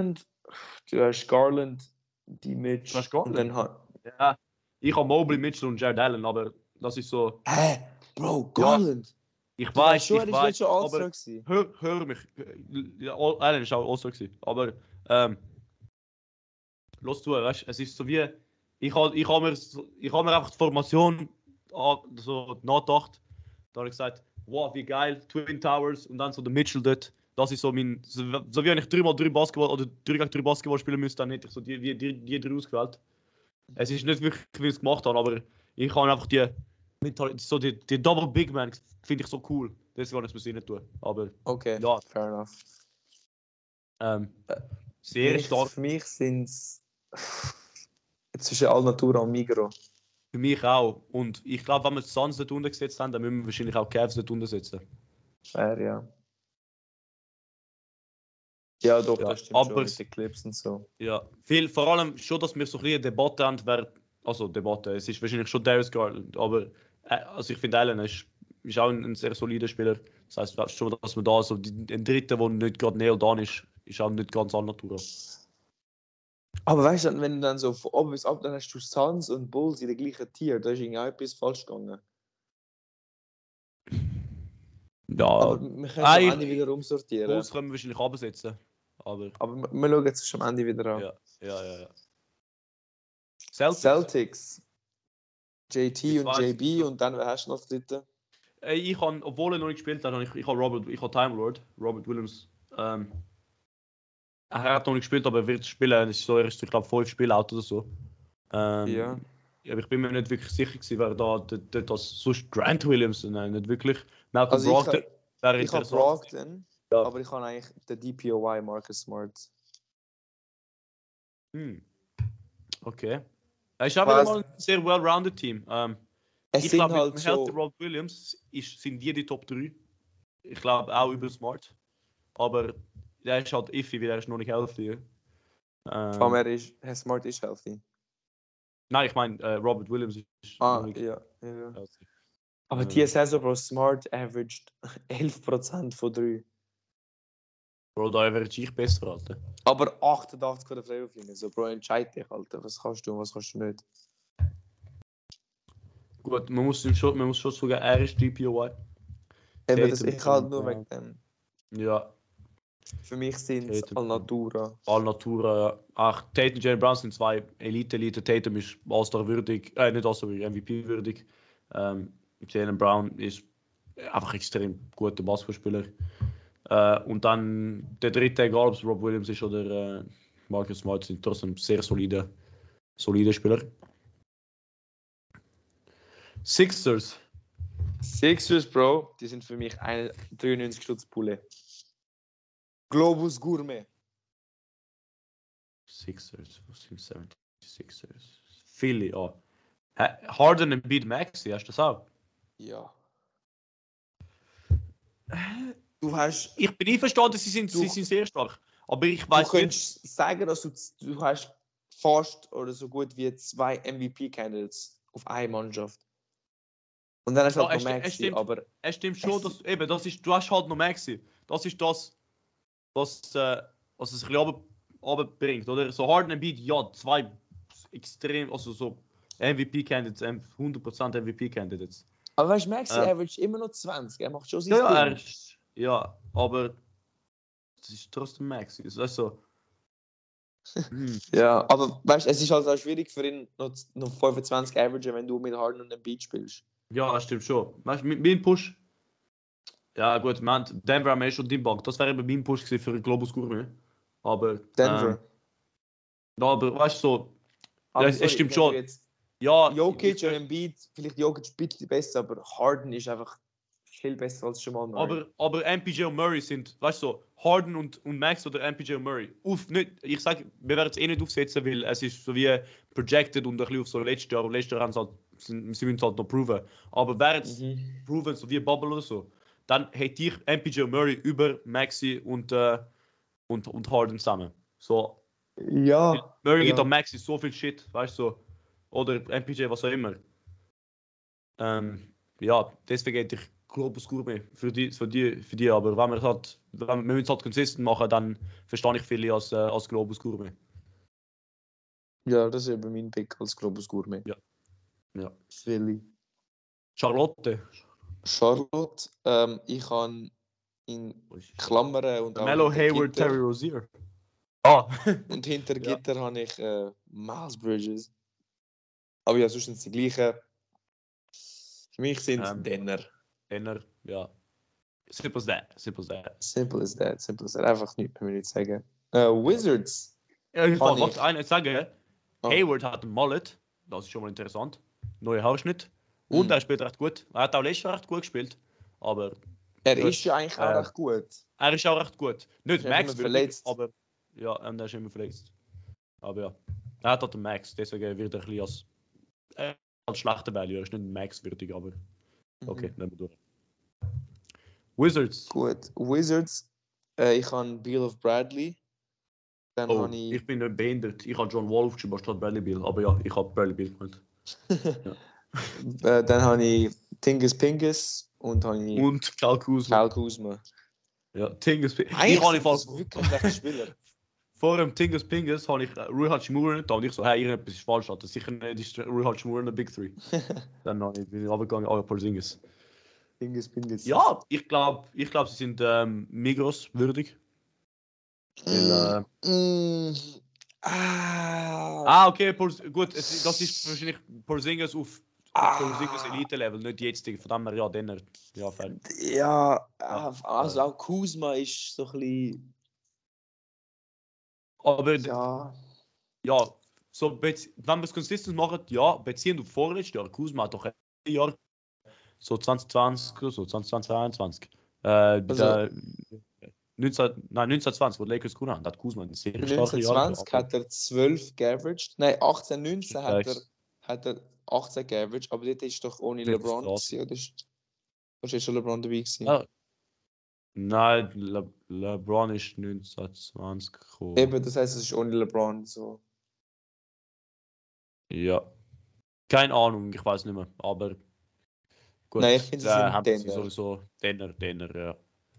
Du hast Garland, die Mitch. Du hast Garland? Und dann hat... Ja, ich habe Mobley, Mitchell und Jared Allen, aber das ist so... Hä? Bro, Garland? Ich Du weißt weiß, schon, ich er weiß, ist schon All-Star aber gewesen. hör, hör mich. Ja, All- Allen ist auch All-Star gewesen, aber ähm, los zu, weißt, es ist so wie, ich habe ich hab mir, so- ich hab mir einfach die Formation an- so nachgedacht, da habe ich gesagt, wow, wie geil, Twin Towers und dann so der Mitchell dort, das ist so mein, so, so wie wenn ich drei mal drei Basketball oder drei gegen drei Basketball spielen müsste, dann hätte ich so die, die, die, die drei ausgewählt. Es ist nicht wirklich, wie ich es gemacht habe, aber ich habe einfach die, Mentalität- so die, die Double Big Man finde ich so cool, deswegen habe ich es mir nicht tun, aber Okay, ja, fair enough. ähm, Für sehr mich, stark. für mich sind es zwischen Alnatura und Migro. Für mich auch. Und ich glaube, wenn wir die Suns dort unten gesetzt haben, dann müssen wir wahrscheinlich auch Cavs dort unten setzen. Fair, ja. Ja, doch, Ja, das stimmt aber schon mit den Clips und so. Ja, viel, vor allem schon, dass wir so ein bisschen eine Debatte haben, wer, also Debatte, es ist wahrscheinlich schon Darius Garland, aber äh, also ich finde Allen ist, ist auch ein, ein sehr solider Spieler. Das heißt schon, dass man da so die- den dritten, der nicht gerade Neil Dan ist, ist auch nicht ganz an Natur. Aber weißt du, wenn du dann so von oben bis ab, dann hast du Suns und Bulls in der gleichen Tier, da ist irgendwie auch etwas falsch gegangen. Ja, Aber wir können es am eigentlich- Ende wieder umsortieren. Bulls können wir wahrscheinlich absetzen. Aber Aber wir wir schauen jetzt am Ende wieder an. ja, ja, ja. ja. Celtics. Celtics. J T Ich und weiß J B nicht. und dann, wer hast du noch das dritte? Ey, ich habe, obwohl er noch nicht gespielt hat, habe ich, ich habe Robert, ich habe Time Lord, Robert Williams. Ähm, er hat noch nicht gespielt, aber er wird spielen. Es ist so, er ist, ich glaube, fünf Spiele out oder so. Ähm, Ja. Aber ich bin mir nicht wirklich sicher gewesen, wer da, dort, dort das, sonst Grant Williams, nein, nicht wirklich. Malcolm Also ich Brogdon ha- wäre Ich habe interessant. Brogdon, Ja. aber ich habe eigentlich den D P O Y, Marcus Smart. Hm. Okay. Er ist auch wieder Was? mal ein sehr well-rounded Team. Ähm, Es ich sind glaube, halt mit dem Healthy so... Rob Williams ist, sind die die Top drei. Ich glaube auch über Smart. Aber der ist halt iffy, weil er ist noch nicht healthy. Vor allem, Ähm, er ist, Herr Smart ist healthy. nein, ich meine, äh, Robert Williams ist Ah, noch nicht ja. ja. healthy. Aber Ähm. die Saison, Bro, Smart averaged elf Prozent von drei. Bro, da average ich besser, Alter. Aber achtundachtzig von der Freiwurflinie. So, Bro, entscheid dich, Alter. Was kannst du und was kannst du nicht? Gut, man muss, ihm schon, man muss schon sagen, er ist D P O Y. Eben, das, Tatum ich halt und, nur äh, wegen dem. Ja, Für mich sind es Tatum. Alnatura. All Natura. Ach, Tatum und Jalen Brown sind zwei Elite-Elite. Tatum ist All-Star würdig, äh, nicht All-Star würdig, M V P würdig. Ähm, Jalen Brown ist einfach extrem guter Basketballspieler. Äh, und dann der dritte, egal ob es Rob Williams ist oder äh, Marcus Smart, sind trotzdem sehr solide, solide Spieler. Sixers. Sixers, Bro, die sind für mich eine dreiundneunzig Stutz Pulle. Globus Gourmet. Sixers, was sind seventy-sixers? Philly, ja. Ha- Harden und Beat Maxi, hast du das auch? Ja. Du hast... Ich bin einverstanden, sie sind, Du- sie sind sehr stark. Aber ich Du weiß nicht. könntest sagen, dass du, du hast fast oder so gut wie zwei M V P-Candidates auf eine Mannschaft. Und dann hast du Ja, halt es noch sti- es Maxi, stimmt. aber Es stimmt schon, Es- dass eben, das ist, du hast halt noch Maxi. Das ist das, was, äh, was es ein bisschen runterbringt, oder? So Harden und Beat, ja, zwei extrem, also so M V P-Candidates, hundert Prozent M V P-Candidates. aber weißt du, Maxi Ähm. average immer noch zwanzig, er macht schon sein Ja, ja, er Ding. ist, ja, aber es ist trotzdem Maxi. Es ist also, hm. Ja, aber weißt du, es ist halt auch schwierig für ihn noch, noch fünfundzwanzig average, wenn du mit Harden und Beat spielst. Ja, das stimmt schon. Weißt du, mit mein Push. Ja, gut, man, Denver haben wir eh schon die Bank. Das wäre eben mein Push gewesen für Globus Gourmet. Aber. Denver. Ähm, ja, aber weißt du, so. aber es- es stimmt wenn schon. du Jetzt Ja, Jokic ich- und Embiid, vielleicht Jokic ein bisschen besser, aber Harden ist einfach viel besser als Jamal Murray. aber, aber M P J und Murray sind, weißt du, so, Harden und, und Max oder M P J und Murray. Auf, nicht, ich sage, wir werden es eh nicht aufsetzen, weil es ist so wie projected und ein bisschen auf so letztes Jahr. Und letztes Jahr haben sie halt, sind, sie müssen es halt noch proven. Aber wäre es Mhm. proven, so wie Bubble oder so, dann hätte ich M P J und Murray über Maxi und, äh, und, und Harden zusammen. So, Ja. Murray ja. gibt an Maxi so viel Shit, weißt du, so. Oder M P J, was auch immer. Ähm, ja, deswegen hätte ich Globus Gourmet für die, für die, für die. Aber wenn wir halt, wenn wir es halt consistent machen, dann verstehe ich viele als, äh, als Globus Gourmet. Ja, das ist eben mein Pick als Globus Gourmet. Ja. Ja. Philly. Charlotte. Charlotte, ähm, ich habe in Klammern und auch Melo hinter Hayward, Gitter, Terry Rozier. Ah. und hinter Ja. Gitter habe ich äh, Miles Bridges. Aber ja, sonst sind es die gleichen. Für mich sind es Ähm. Denner. Denner, ja. Simple as that, simple as that. Simple as that, simple as that. Einfach nichts mehr nicht sagen. Äh, Wizards. Ja, ich Kann wollte ich. eines sagen. Oh. Hayward hat einen Mullet, das ist schon mal interessant. Neuer Haarschnitt. Und Mm. er spielt recht gut. Er hat auch letztes Jahr recht gut gespielt. Aber Er gut, ist ja eigentlich auch äh, recht gut. er ist auch recht gut. Nicht Ist Max immer würdig, verletzt. aber ja, und er ist immer verletzt. Aber ja, er hat halt den Max, deswegen wird er ein bisschen als, äh, als schlechter Value. Er ist nicht Max würdig, aber okay, Mhm. nehmen wir durch. Wizards. Gut. Wizards. Äh, ich habe Beal of Bradley. Dann Oh, habe ich. ich bin nicht behindert. Ich habe John Wall aufgeschrieben statt Bradley Beal. Aber ja, ich habe Bradley Beal gemeint. Ja. äh, dann habe ich Tingus Pingus und habe ich Und Kyle Kuzma. Kyle Kuzma. Ja, Tingus Pingus. Eigentlich Ich habe sind das wirklich schlechte Spieler. vor dem Tingus Pingus habe ich Rui Hachimura nicht da und ich so, hey, irgendetwas ist falsch. Das ist sicher nicht ist Rui Hachimura in der Big Three. Dann habe ich, bin ich runtergegangen, oh ja, Porzingis. Tingus Pingus. Ja, ich glaube, ich glaub, sie sind ähm, Migros würdig. Weil, äh, Mm. Ah. ah, okay, Porz gut, es, das ist wahrscheinlich Porzingis auf Ah. Porzingis Elite-Level, nicht jetzt. Von dem her, ja, dann, ja, fair. Ja, Ja. also auch Kuzma ist so ein bisschen. Aber Ja. ja, so, wenn wir es consistent machen, ja, beziehend auf vorletztes Jahr, Kuzma hat doch ein Jahr, so zwanzig zwanzig, so zwanzig zwanzig, einundzwanzig. Äh, Also, der, neunzehn, nein, neunzehn zwanzig, wo die Lakers gewonnen haben, hat Kuzma ein sehr starkes neunzehn Jahr. zwanzig hat er zwölf geaveraged. Nein, achtzehn neunzehn hat er, Scheiße. hat er achtzehn geaveraged, aber dort ist doch ohne Das ist LeBron krass. gewesen, oder? Ist, oder ist schon LeBron dabei gewesen? Ah, nein, Le LeBron ist neunzehn zwanzig gekommen. Eben, das heisst, es ist ohne LeBron so. Ja. Keine Ahnung, ich weiß nicht mehr, aber gut. Nein, ich finde, sie äh, sind haben sie Denner. sowieso Denner, Denner, ja.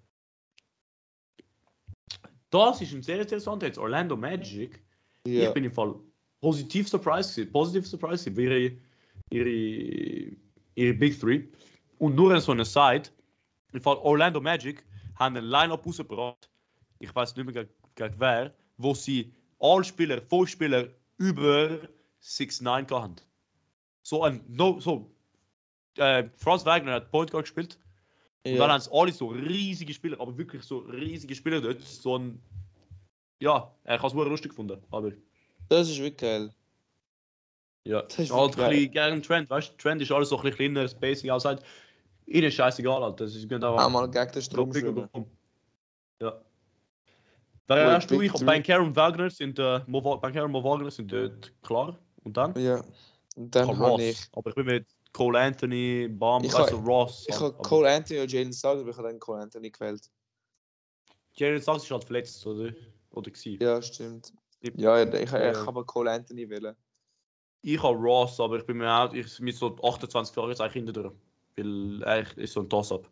Das ist ein sehr interessant jetzt. Orlando Magic. Ja. Ich bin im Fall positiv surprised gewesen. Positiv surprised gewesen, ihre, ihre, ihre Big Three. Und nur so eine Side. Im Fall Orlando Magic haben ein Line-Up rausgebracht. Ich weiß nicht mehr gegen, gegen wer, wo sie alle Spieler, fünf Spieler über sechs neun hatten. So ein, no, so, äh, Franz Wagner hat Point Guard gespielt. Und dann haben sie alle so riesige Spieler, aber wirklich so riesige Spieler dort. So ein, ja, ich habe es sehr lustig gefunden, aber Das ist wirklich geil. ja, Das ist halt wirklich ein bisschen gegen Trend, weißt du, Trend ist alles so ein bisschen kleiner, Spacing outside. Ihnen ist scheißegal, Alter. Das ist genau Einmal gegen den Strom schwimmen. Ja. Da hast du, Big ich, Three. Banker und Wagner sind, äh, Banker und Mo Wagner sind dort klar. Und dann? Ja. Und Ich dann habe habe Ross. ich. Aber ich bin mit Cole Anthony, Bam, Ich also ha- Ross. Ich aber- habe Cole Anthony und Jalen Suggs, aber ich habe dann Cole Anthony gewählt. Jalen Suggs ist halt verletzt, oder? Oder gewesen. Ja, stimmt. Ich- Ja, ich, ich, ich Ja. habe Cole Anthony wählen. Ich habe Ross, aber ich bin mir auch, ich mit so achtundzwanzig Jahren jetzt eigentlich hinter durch. Weil eigentlich ist so ein Toss-Up.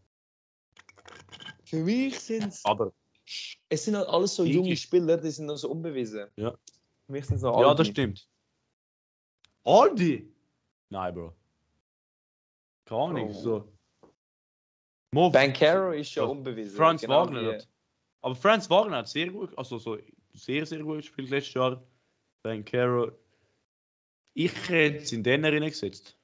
Für mich sind es. Aber Es sind halt alles so Ich- junge ich- Spieler, die sind noch so unbewiesen. Ja. Für mich sind es noch ja, Aldi. das stimmt. Aldi? Nein, Bro. Keine Ahnung, Oh. so. Mo Bankero ist ja Ja, unbewiesen. Franz genau Wagner wie- hat. Aber Franz Wagner hat sehr gut, also so sehr, sehr gut gespielt letztes Jahr. Bankero. Ich hätte es in den reingesetzt.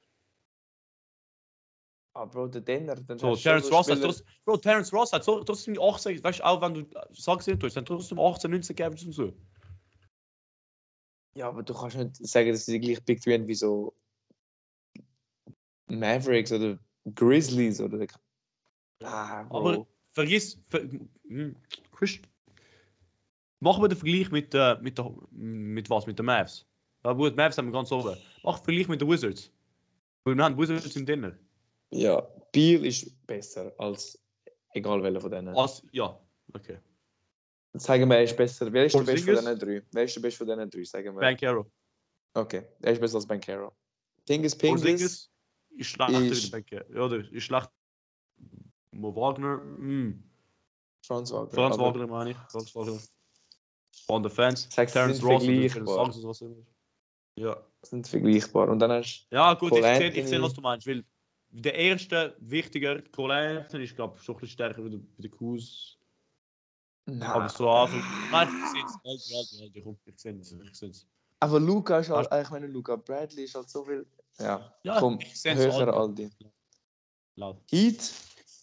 Ah, Bro, der Denner. Dann So, hast du Terence schon Ross hat Spieler- trotzdem, Bro, Terence Ross hat so, trotzdem achtzehn, weißt du, auch wenn du sagst, du hast, dann trotzdem achtzehn, neunzehn Games und so. Ja, aber du kannst nicht sagen, dass sie die gleiche Big Three haben wie so Mavericks oder Grizzlies oder. Ah, Bro. Aber vergiss, ver, hm, Chris, machen wir den Vergleich mit, äh, mit, der, mit was? Mit den Mavs. Ja, gut, die Mavs haben wir ganz oben. Mach den Vergleich mit den Wizards. Weil wir haben Wizards im Dinner. Ja, Beal ist besser als egal welcher von denen. Als, ja, okay. Sagen wir, er ist besser. Wer ist der beste von Porzingis? diesen drei? Wer ist der beste von diesen drei? Sagen wir. Bankero. Okay, er ist besser als Bankero. Dingus Pingus. Porzingis ist schlechter ist- wie der Bankero. Ja, oder ist schlechter Mo Wagner, hm. Franz Wagner. Franz aber Wagner meine ich. Franz Wagner. On the fence. Sagst, sie Terence sind Ross oder vergleichbar. Songs oder was immer. Ja. Sind vergleichbar. Und dann hast Ja, gut, Cole ich sehe, ich Anthony. sehe, was du meinst. Weil der erste, wichtiger, Cole Anthony ist, glaube ich, schon ein bisschen stärker wie der, wie der Kuz. Nein. Aber so Anfang. Nein, ich sehe es. Alter, alter, alter, komm, ich sehe es. Ich sehe es. Aber Luca ist halt, Hast- ich meine, Luca Bradley ist halt so viel. Ja, Ja, komm, ich sehe es. höher all die. Laut. Heat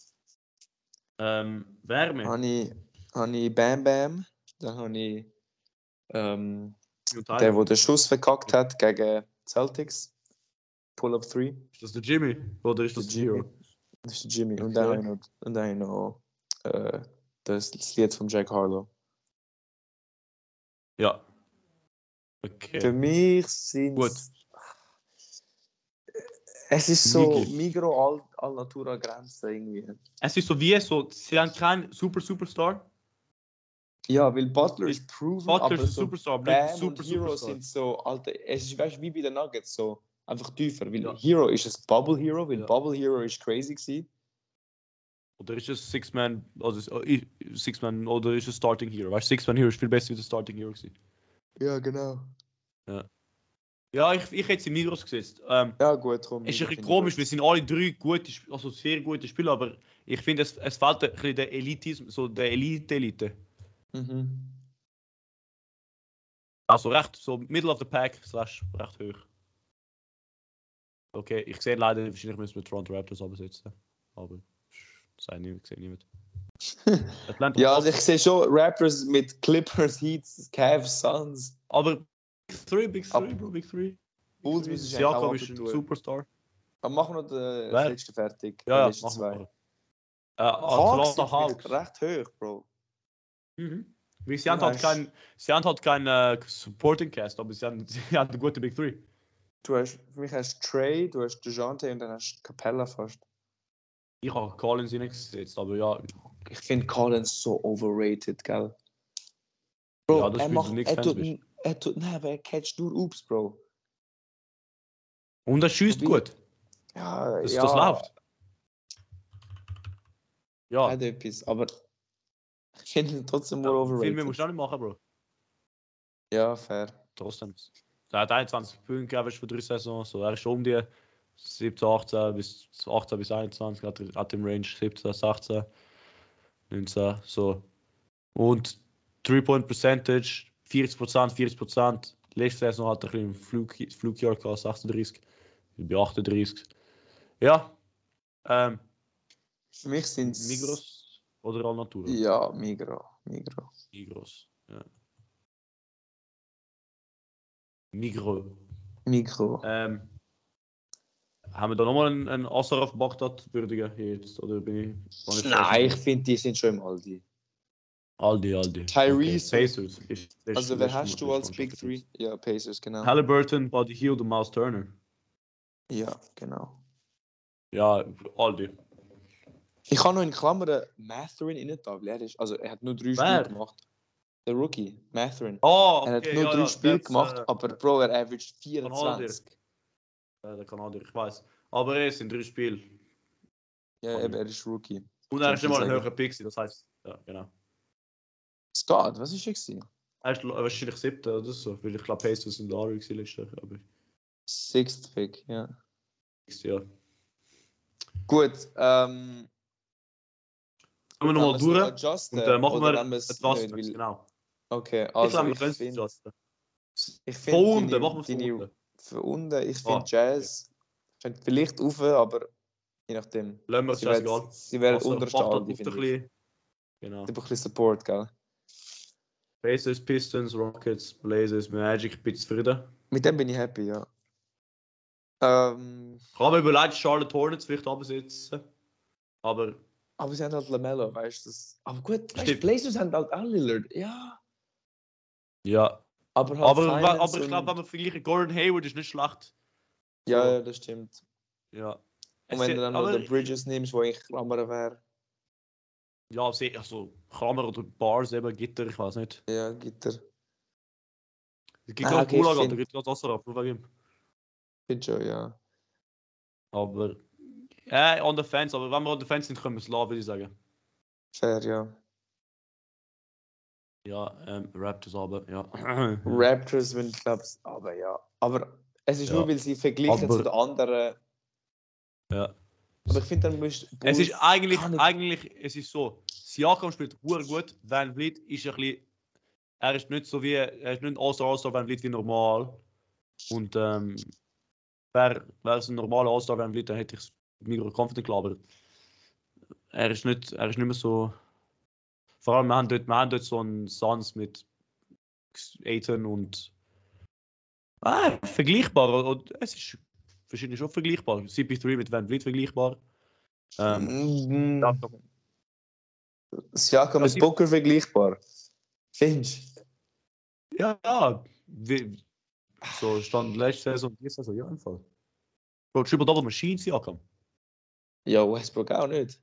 Ähm, Wärme. habe ich, habe ich Bam Bam. Dann habe ich ähm, Und der, Tyler. der den Schuss verkackt hat gegen Celtics. Pull-up three. Ist das der Jimmy? Oder ist das der Jimmy. Hero? Das ist der Jimmy. Und Okay. dann habe ich noch, und dann habe ich noch äh, das, das Lied von Jack Harlow. Ja. Okay. Für mich sind Gut. es ist so Migi. Migro all, all Natura Grenze irgendwie. Es ist so wie so, sie haben keinen Super Superstar. Ja, weil Butler Ist- ist proven, Butler aber ist ein so Superstar, aber nicht ein Bam Super und Hero Superstar. sind so, Alter, es ist weißt, wie bei den Nuggets so, einfach tiefer, weil Ja. Hero ist ein Bubble Hero, weil Ja. Bubble Hero ist crazy gewesen. Oder ist es Six-Man, also äh, Six-Man oder ist es Starting Hero? Weißt du, Six-Man Hero ist viel besser wie der Starting Hero gewesen. Ja, genau. Ja, ich, ich hätte sie Migros gesetzt. Ähm, Ja, gut, komm. es ist Migros ein bisschen finde ich komisch, gut. wir sind alle drei gute, Sp- also sehr gute Spieler, aber ich finde, es, es fehlt ein bisschen der Elitismus, so der Elite-Elite. Mhm. Also recht, so Middle of the Pack, slash recht hoch. Okay, ich sehe leider, wahrscheinlich müssen wir Toronto Raptors absetzen. Aber das sei niemand, sehe niemand. Atlanta Ja, also ich Hawks, sehe schon Rappers mit Clippers, Heats, Cavs, Suns. aber Big Three, Big Three, Ab- Bro, Big Three. Bulls Big müssen Three. sich eigentlich auch Siakam ist ein abtun. Superstar. Aber machen wir noch den, das Wer? letzte fertig. Ja, die ja, letzten machen zwei. wir. Äh, Hawks sind Atlanta für mich Hawks. recht hoch, Bro. Mhm. Weil sie Du haben halt hast- keinen sie haben halt kein, äh, Supporting Cast, aber sie haben, sie haben eine gute Big Three. Du hast, für mich hast du Trey, du hast DeJounte und dann hast du Capella fast. Ich habe Collins hineingesetzt, aber ja, Ich finde Collins so overrated, gell? Bro, ja, das er ist, weil macht, du nichts er Fans tut, bist. er tut, nein, aber er catcht nur Ups, Bro. Und er schießt Wobei- gut, Ja, dass ja, das läuft. Ja, hat etwas, aber ich finde ihn trotzdem more ja viel overrated. mehr musst du auch nicht machen, Bro. Ja, fair. Trotzdem. Er hat einundzwanzig Punkte gegeben für drei Saisons, so er ist schon um die siebzehn, achtzehn bis achtzehn bis einundzwanzig, hat, hat im Range siebzehn, sechzehn, neunzehn, so. Und Three-Point-Percentage, vierzig Prozent, vierzig Prozent. Letzte Saison hat er ein bisschen Flug, Flugjahr gehabt, sechsunddreißig, bei achtunddreißig. Ja, ähm, Für mich sind es. Migros oder Alnatura? Ja, Migro. Migro. Migros, ja. Migros. Migro. Ähm, haben wir da nochmal einen, einen Asaraf Bagdad würdigen jetzt? Oder bin ich, bin ich Nein, ich finde, die sind schon im Aldi. Aldi, Aldi. Tyrese Okay. Pacers. Ist, ist, Also, wer ist- hast ist- du als ist- Big Three? Ja, Pacers, genau. Halliburton, Buddy Hield und Miles Turner. Ja, genau. Ja, Aldi. Ich habe noch in Klammern Matherin in der Tafel. Er ist, also, er hat nur drei Wer? Spiele gemacht. Der Rookie, Matherin. Oh, Er hat okay, nur ja, drei ja, Spiele that's, gemacht, äh, aber Bro, er averaged Kanadier. vierundzwanzig. äh, der Kanadier, ich weiß. Aber er ist in drei Spielen. Ja, eben, er ist Rookie. Und er ist Kann immer ein ich sagen. höherer Pick, das heißt, ja, genau. Scott, was ist er gewesen? Er ist wahrscheinlich siebter oder so, weil ich glaube, Pacers sind Lari gewesen letztes Jahr, aber Sixth Pick, ja. ja. Gut, ähm. Kommen wir nochmal wenn wir durch es noch adjusten, und äh, machen oder wir wenn wir es etwas, nicht, weil- genau. Okay, Ich also glaube, wir ich können es finde, adjusten. ich Von finde unten, deine, machen wir von deine, unten. von unten, ich Ah, finde Jazz könnte vielleicht rauf, aber je nachdem. Lassen wir es Sie werden, scheißegal. sie werden Also, unterste macht Aldi, das ein finde ich. bisschen. Genau. Sie brauchen ein bisschen Support, gell? Pacers, Pistons, Rockets, Blazers, Magic, ich bin zufrieden. Mit dem bin ich happy, ja. Ähm, Ich habe mir überlegt, Charlotte Hornets vielleicht absetzen. Aber aber sie haben halt LaMelo, weißt du? das- Aber gut, weißt du, Stimmt. Blazers haben halt auch Lillard, ja. ja. Aber halt Aber, Finance aber ich und- glaube, wenn wir vergleichen, Gordon Hayward ist nicht schlecht. Ja, so. ja, das stimmt. Ja. Und Es wenn ist- du dann noch aber- den Bridges nimmst, wo ich Klammer wäre, Ja, sehr, also Klammer oder Bars, eben Gitter, ich weiß nicht. ja, Gitter. Es gibt Ah, gerade okay, Gulag, ich da find- gibt es gerade Wasser ab, nur wegen ihm. Finde schon, ja. Aber Äh, on the fence, aber wenn wir on the fence sind, können wir es lassen, würde ich sagen. Fair, ja. Ja, ähm, Raptors aber, ja. Raptors, wenn ich glaube, aber ja. Aber es ist Ja. nur, weil sie verglichen Aber- zu den anderen. Ja. Aber ich finde, dann musst du. Es ist eigentlich, kann nicht- eigentlich, es ist so, Siakam spielt hure gut, Van Vliet ist ein bisschen, er ist nicht so wie, er ist nicht All-Star, All-Star Van Vliet wie normal. Und ähm, wäre wär es ein normaler All-Star Van Vliet, dann hätte ich es mega confident klar, aber er ist nicht, er ist nicht mehr so, vor allem wir haben dort, wir haben dort so einen Suns mit Aiton und ah, vergleichbar, und es ist wahrscheinlich schon vergleichbar, C P drei mit Van Vliet vergleichbar. Ähm, Mm, Siakam Das mit ist- Booker vergleichbar. Findest du? Ja, ja. Wie, so stand letzte Saison, diese Saison, ja, im Fall. Bro, Triple Double Machine, Siakam. Ja, Westbrook auch nicht.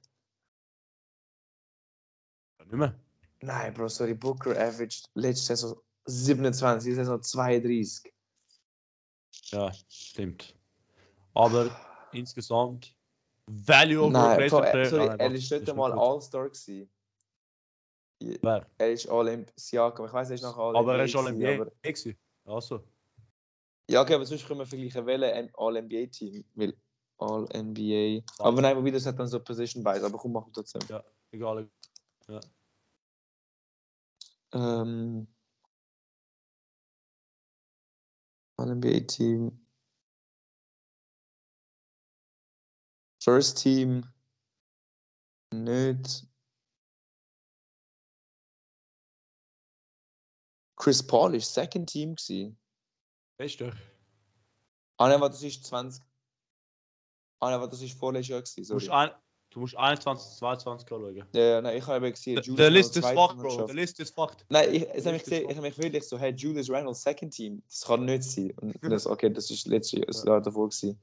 Ja, nicht mehr. Nein, Bro, sorry, Booker averaged letzte Saison siebenundzwanzig, diese Saison zweiunddreißig. Ja, stimmt. Aber insgesamt Value over Nein, Replacement Bro, Player. er, sorry, Ah, nein, er warte, ist nicht das einmal gut. All-Star gewesen. Wer? Er ist All-N B A, Siakam, ich weiß, er ist noch All-N B A. Aber er ist All N gewesen, B A. aber- gewesen. Also. Ja, okay, aber sonst können wir vergleichen, welches All-N B A-Team will. All-N B A. Aber nein, wobei das hat dann so Position Bias, aber komm, machen wir trotzdem. Ja, egal. Ja. Ähm, All-N B A-Team. First Team. Nicht. Chris Paul ist Second Team gewesen. Weißt du? Ah nein, warte, das ist zwanzig. Ah nein, warte, das ist vorletztes Jahr gewesen, Du musst, sorry. ein, du musst einundzwanzig, zweiundzwanzig schauen. Ja, ja, nein, ich habe eben gesehen, The, Julius the list Randle is zweite fucked, bro. Mannschaft. The list is fucked. Nein, ich, es The hat mich list is gesehen, ich fucked. habe mich wirklich so, hey, Julius Randle Second Team, das kann nicht sein. Und das, okay, das ist letztes Jahr, das Jahr davor gewesen.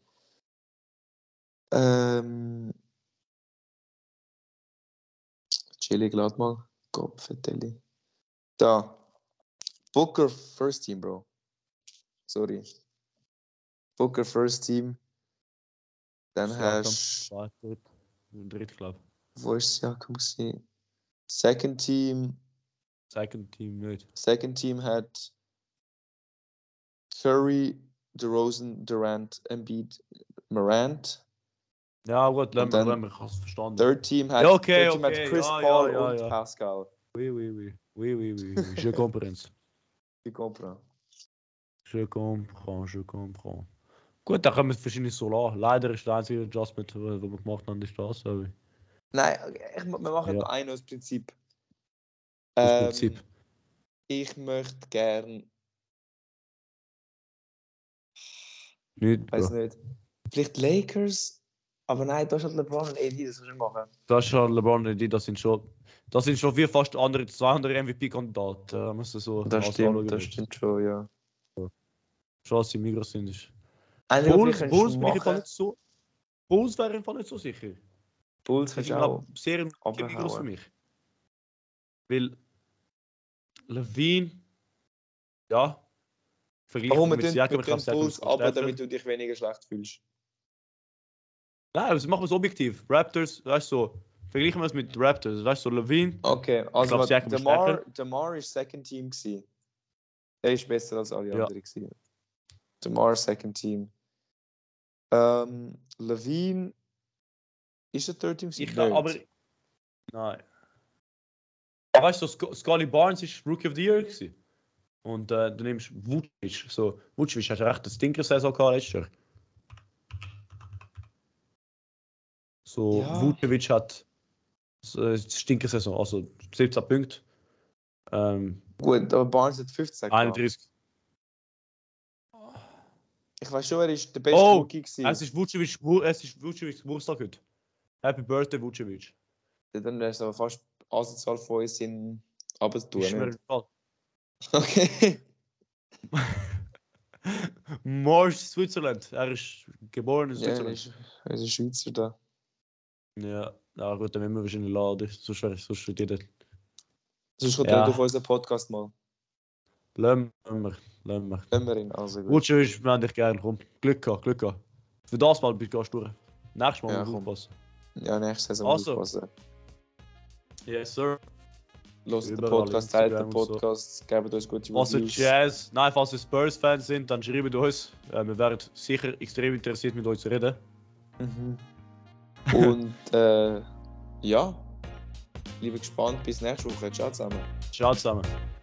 Ähm. Chili, glad mal. Gott, vertelli. Da. Booker First Team, Bro. Sorry. Booker First Team. Dann Siakam, hast du. Zweiter, dritt, dritt, glaube ich. Wo ist Siakam gewesen? Second Team. Second Team nicht. Second Team hat Curry, DeRozan, Durant, Embiid, Morant. Ja, gut, lassen Und wir, dann lassen wir, ich habe es verstanden. Third Team hat, Ja, okay, third team okay, hat Chris ja, Paul ja, ja, und ja. Pascal. Oui, oui, oui. Oui, oui, oui. oui. Je comprends. Ich comprends. Je comprends, je comprends. Gut, dann können wir es wahrscheinlich so lassen. Leider ist der einzige Adjustment, das wir gemacht haben, ist das. Aber Nein, ich, wir machen Ja. ein aus Prinzip. das Ähm, Prinzip. Ich möchte gern, Nicht, weiß Bro. nicht, vielleicht Lakers, aber nein, da ist halt LeBron und A D, das kannst du nicht machen. Das ist schon LeBron und die, das sind schon, das sind schon wie fast andere, zwei andere M V P-Kandidaten. Da musst du so Das alles stimmt, anschauen, das willst. stimmt schon, ja. Schon, dass sie Migros sind. Ist. Einzige, was Bulls, vielleicht Bulls kannst du bin ich im Fall machen, nicht so. Bulls wäre im Fall nicht so sicher. Bulls Das kannst ist du auch glaub, sehr ein Migros für abhauen. mich. Weil Levine, ja, verglichen Warum wir mit tun, Siakam, wir ich kann tun sagen, Bulls ist aber, stärker. damit du dich weniger schlecht fühlst. Nein, das machen wir es objektiv. Raptors, weißt du, so, vergleichen wir es mit Raptors, weißt du, so Levine. Okay, also glaub, was- Siakam ist Demar, stärker. Demar ist Second Team gewesen. Er ist besser als alle Ja. anderen gewesen. Demar Second Team. Ähm, Levine ist er Third Team gewesen? Ich glaube, aber. Nicht. Nein. Weißt du, Sc Scully Barnes ist Rookie of the Year gewesen. Und äh, du nimmst Vucic. So, Vucic hat recht eine Stinker-Saison gehabt letztes Jahr. So, Ja. Vucevic hat so, eine Stinker-Saison, also siebzehn Punkte. Ähm, Gut, aber Barnes hat fünfzehn gehabt. einunddreißig. Ich weiß schon, er ist der beste Oh, Rookie gewesen. Es ist Vucevic, Wu- es ist Vucevic Geburtstag heute. Happy Birthday, Vucevic. Dann wäre es aber fast asozial von uns in runterzutun. Ist mir nicht? egal. Okay. Mars, Switzerland. Er ist geboren in Ja, er Switzerland. ist, er ist ein Schweizer da. Ja, ja gut, dann müssen wir wahrscheinlich laden. Sonst wäre ich, sonst studiert. Sonst kommt Ja. er durch unseren Podcast mal. Lassen wir, lassen wir. Wenn wir ihn, also gut. Vucevic, wir haben dich gerne. Komm, Glück gehabt, Glück gehabt. Für das Mal bist du durch. Nächstes Mal Ja, muss ich komm. aufpassen. Ja, nächstes Saison Also. aufpassen. Yes, sir. Hört den Überall, Podcast, teilt den Instagram und so. Podcast, gebt uns gute Falls ihr Reviews. Jazz, nein, falls ihr Spurs-Fans sind, dann schreibt uns. Äh, wir wären sicher extrem interessiert, mit euch zu reden. Mhm. Und äh, ja, liebe gespannt, bis nächste Woche. Ciao zusammen. Ciao zusammen.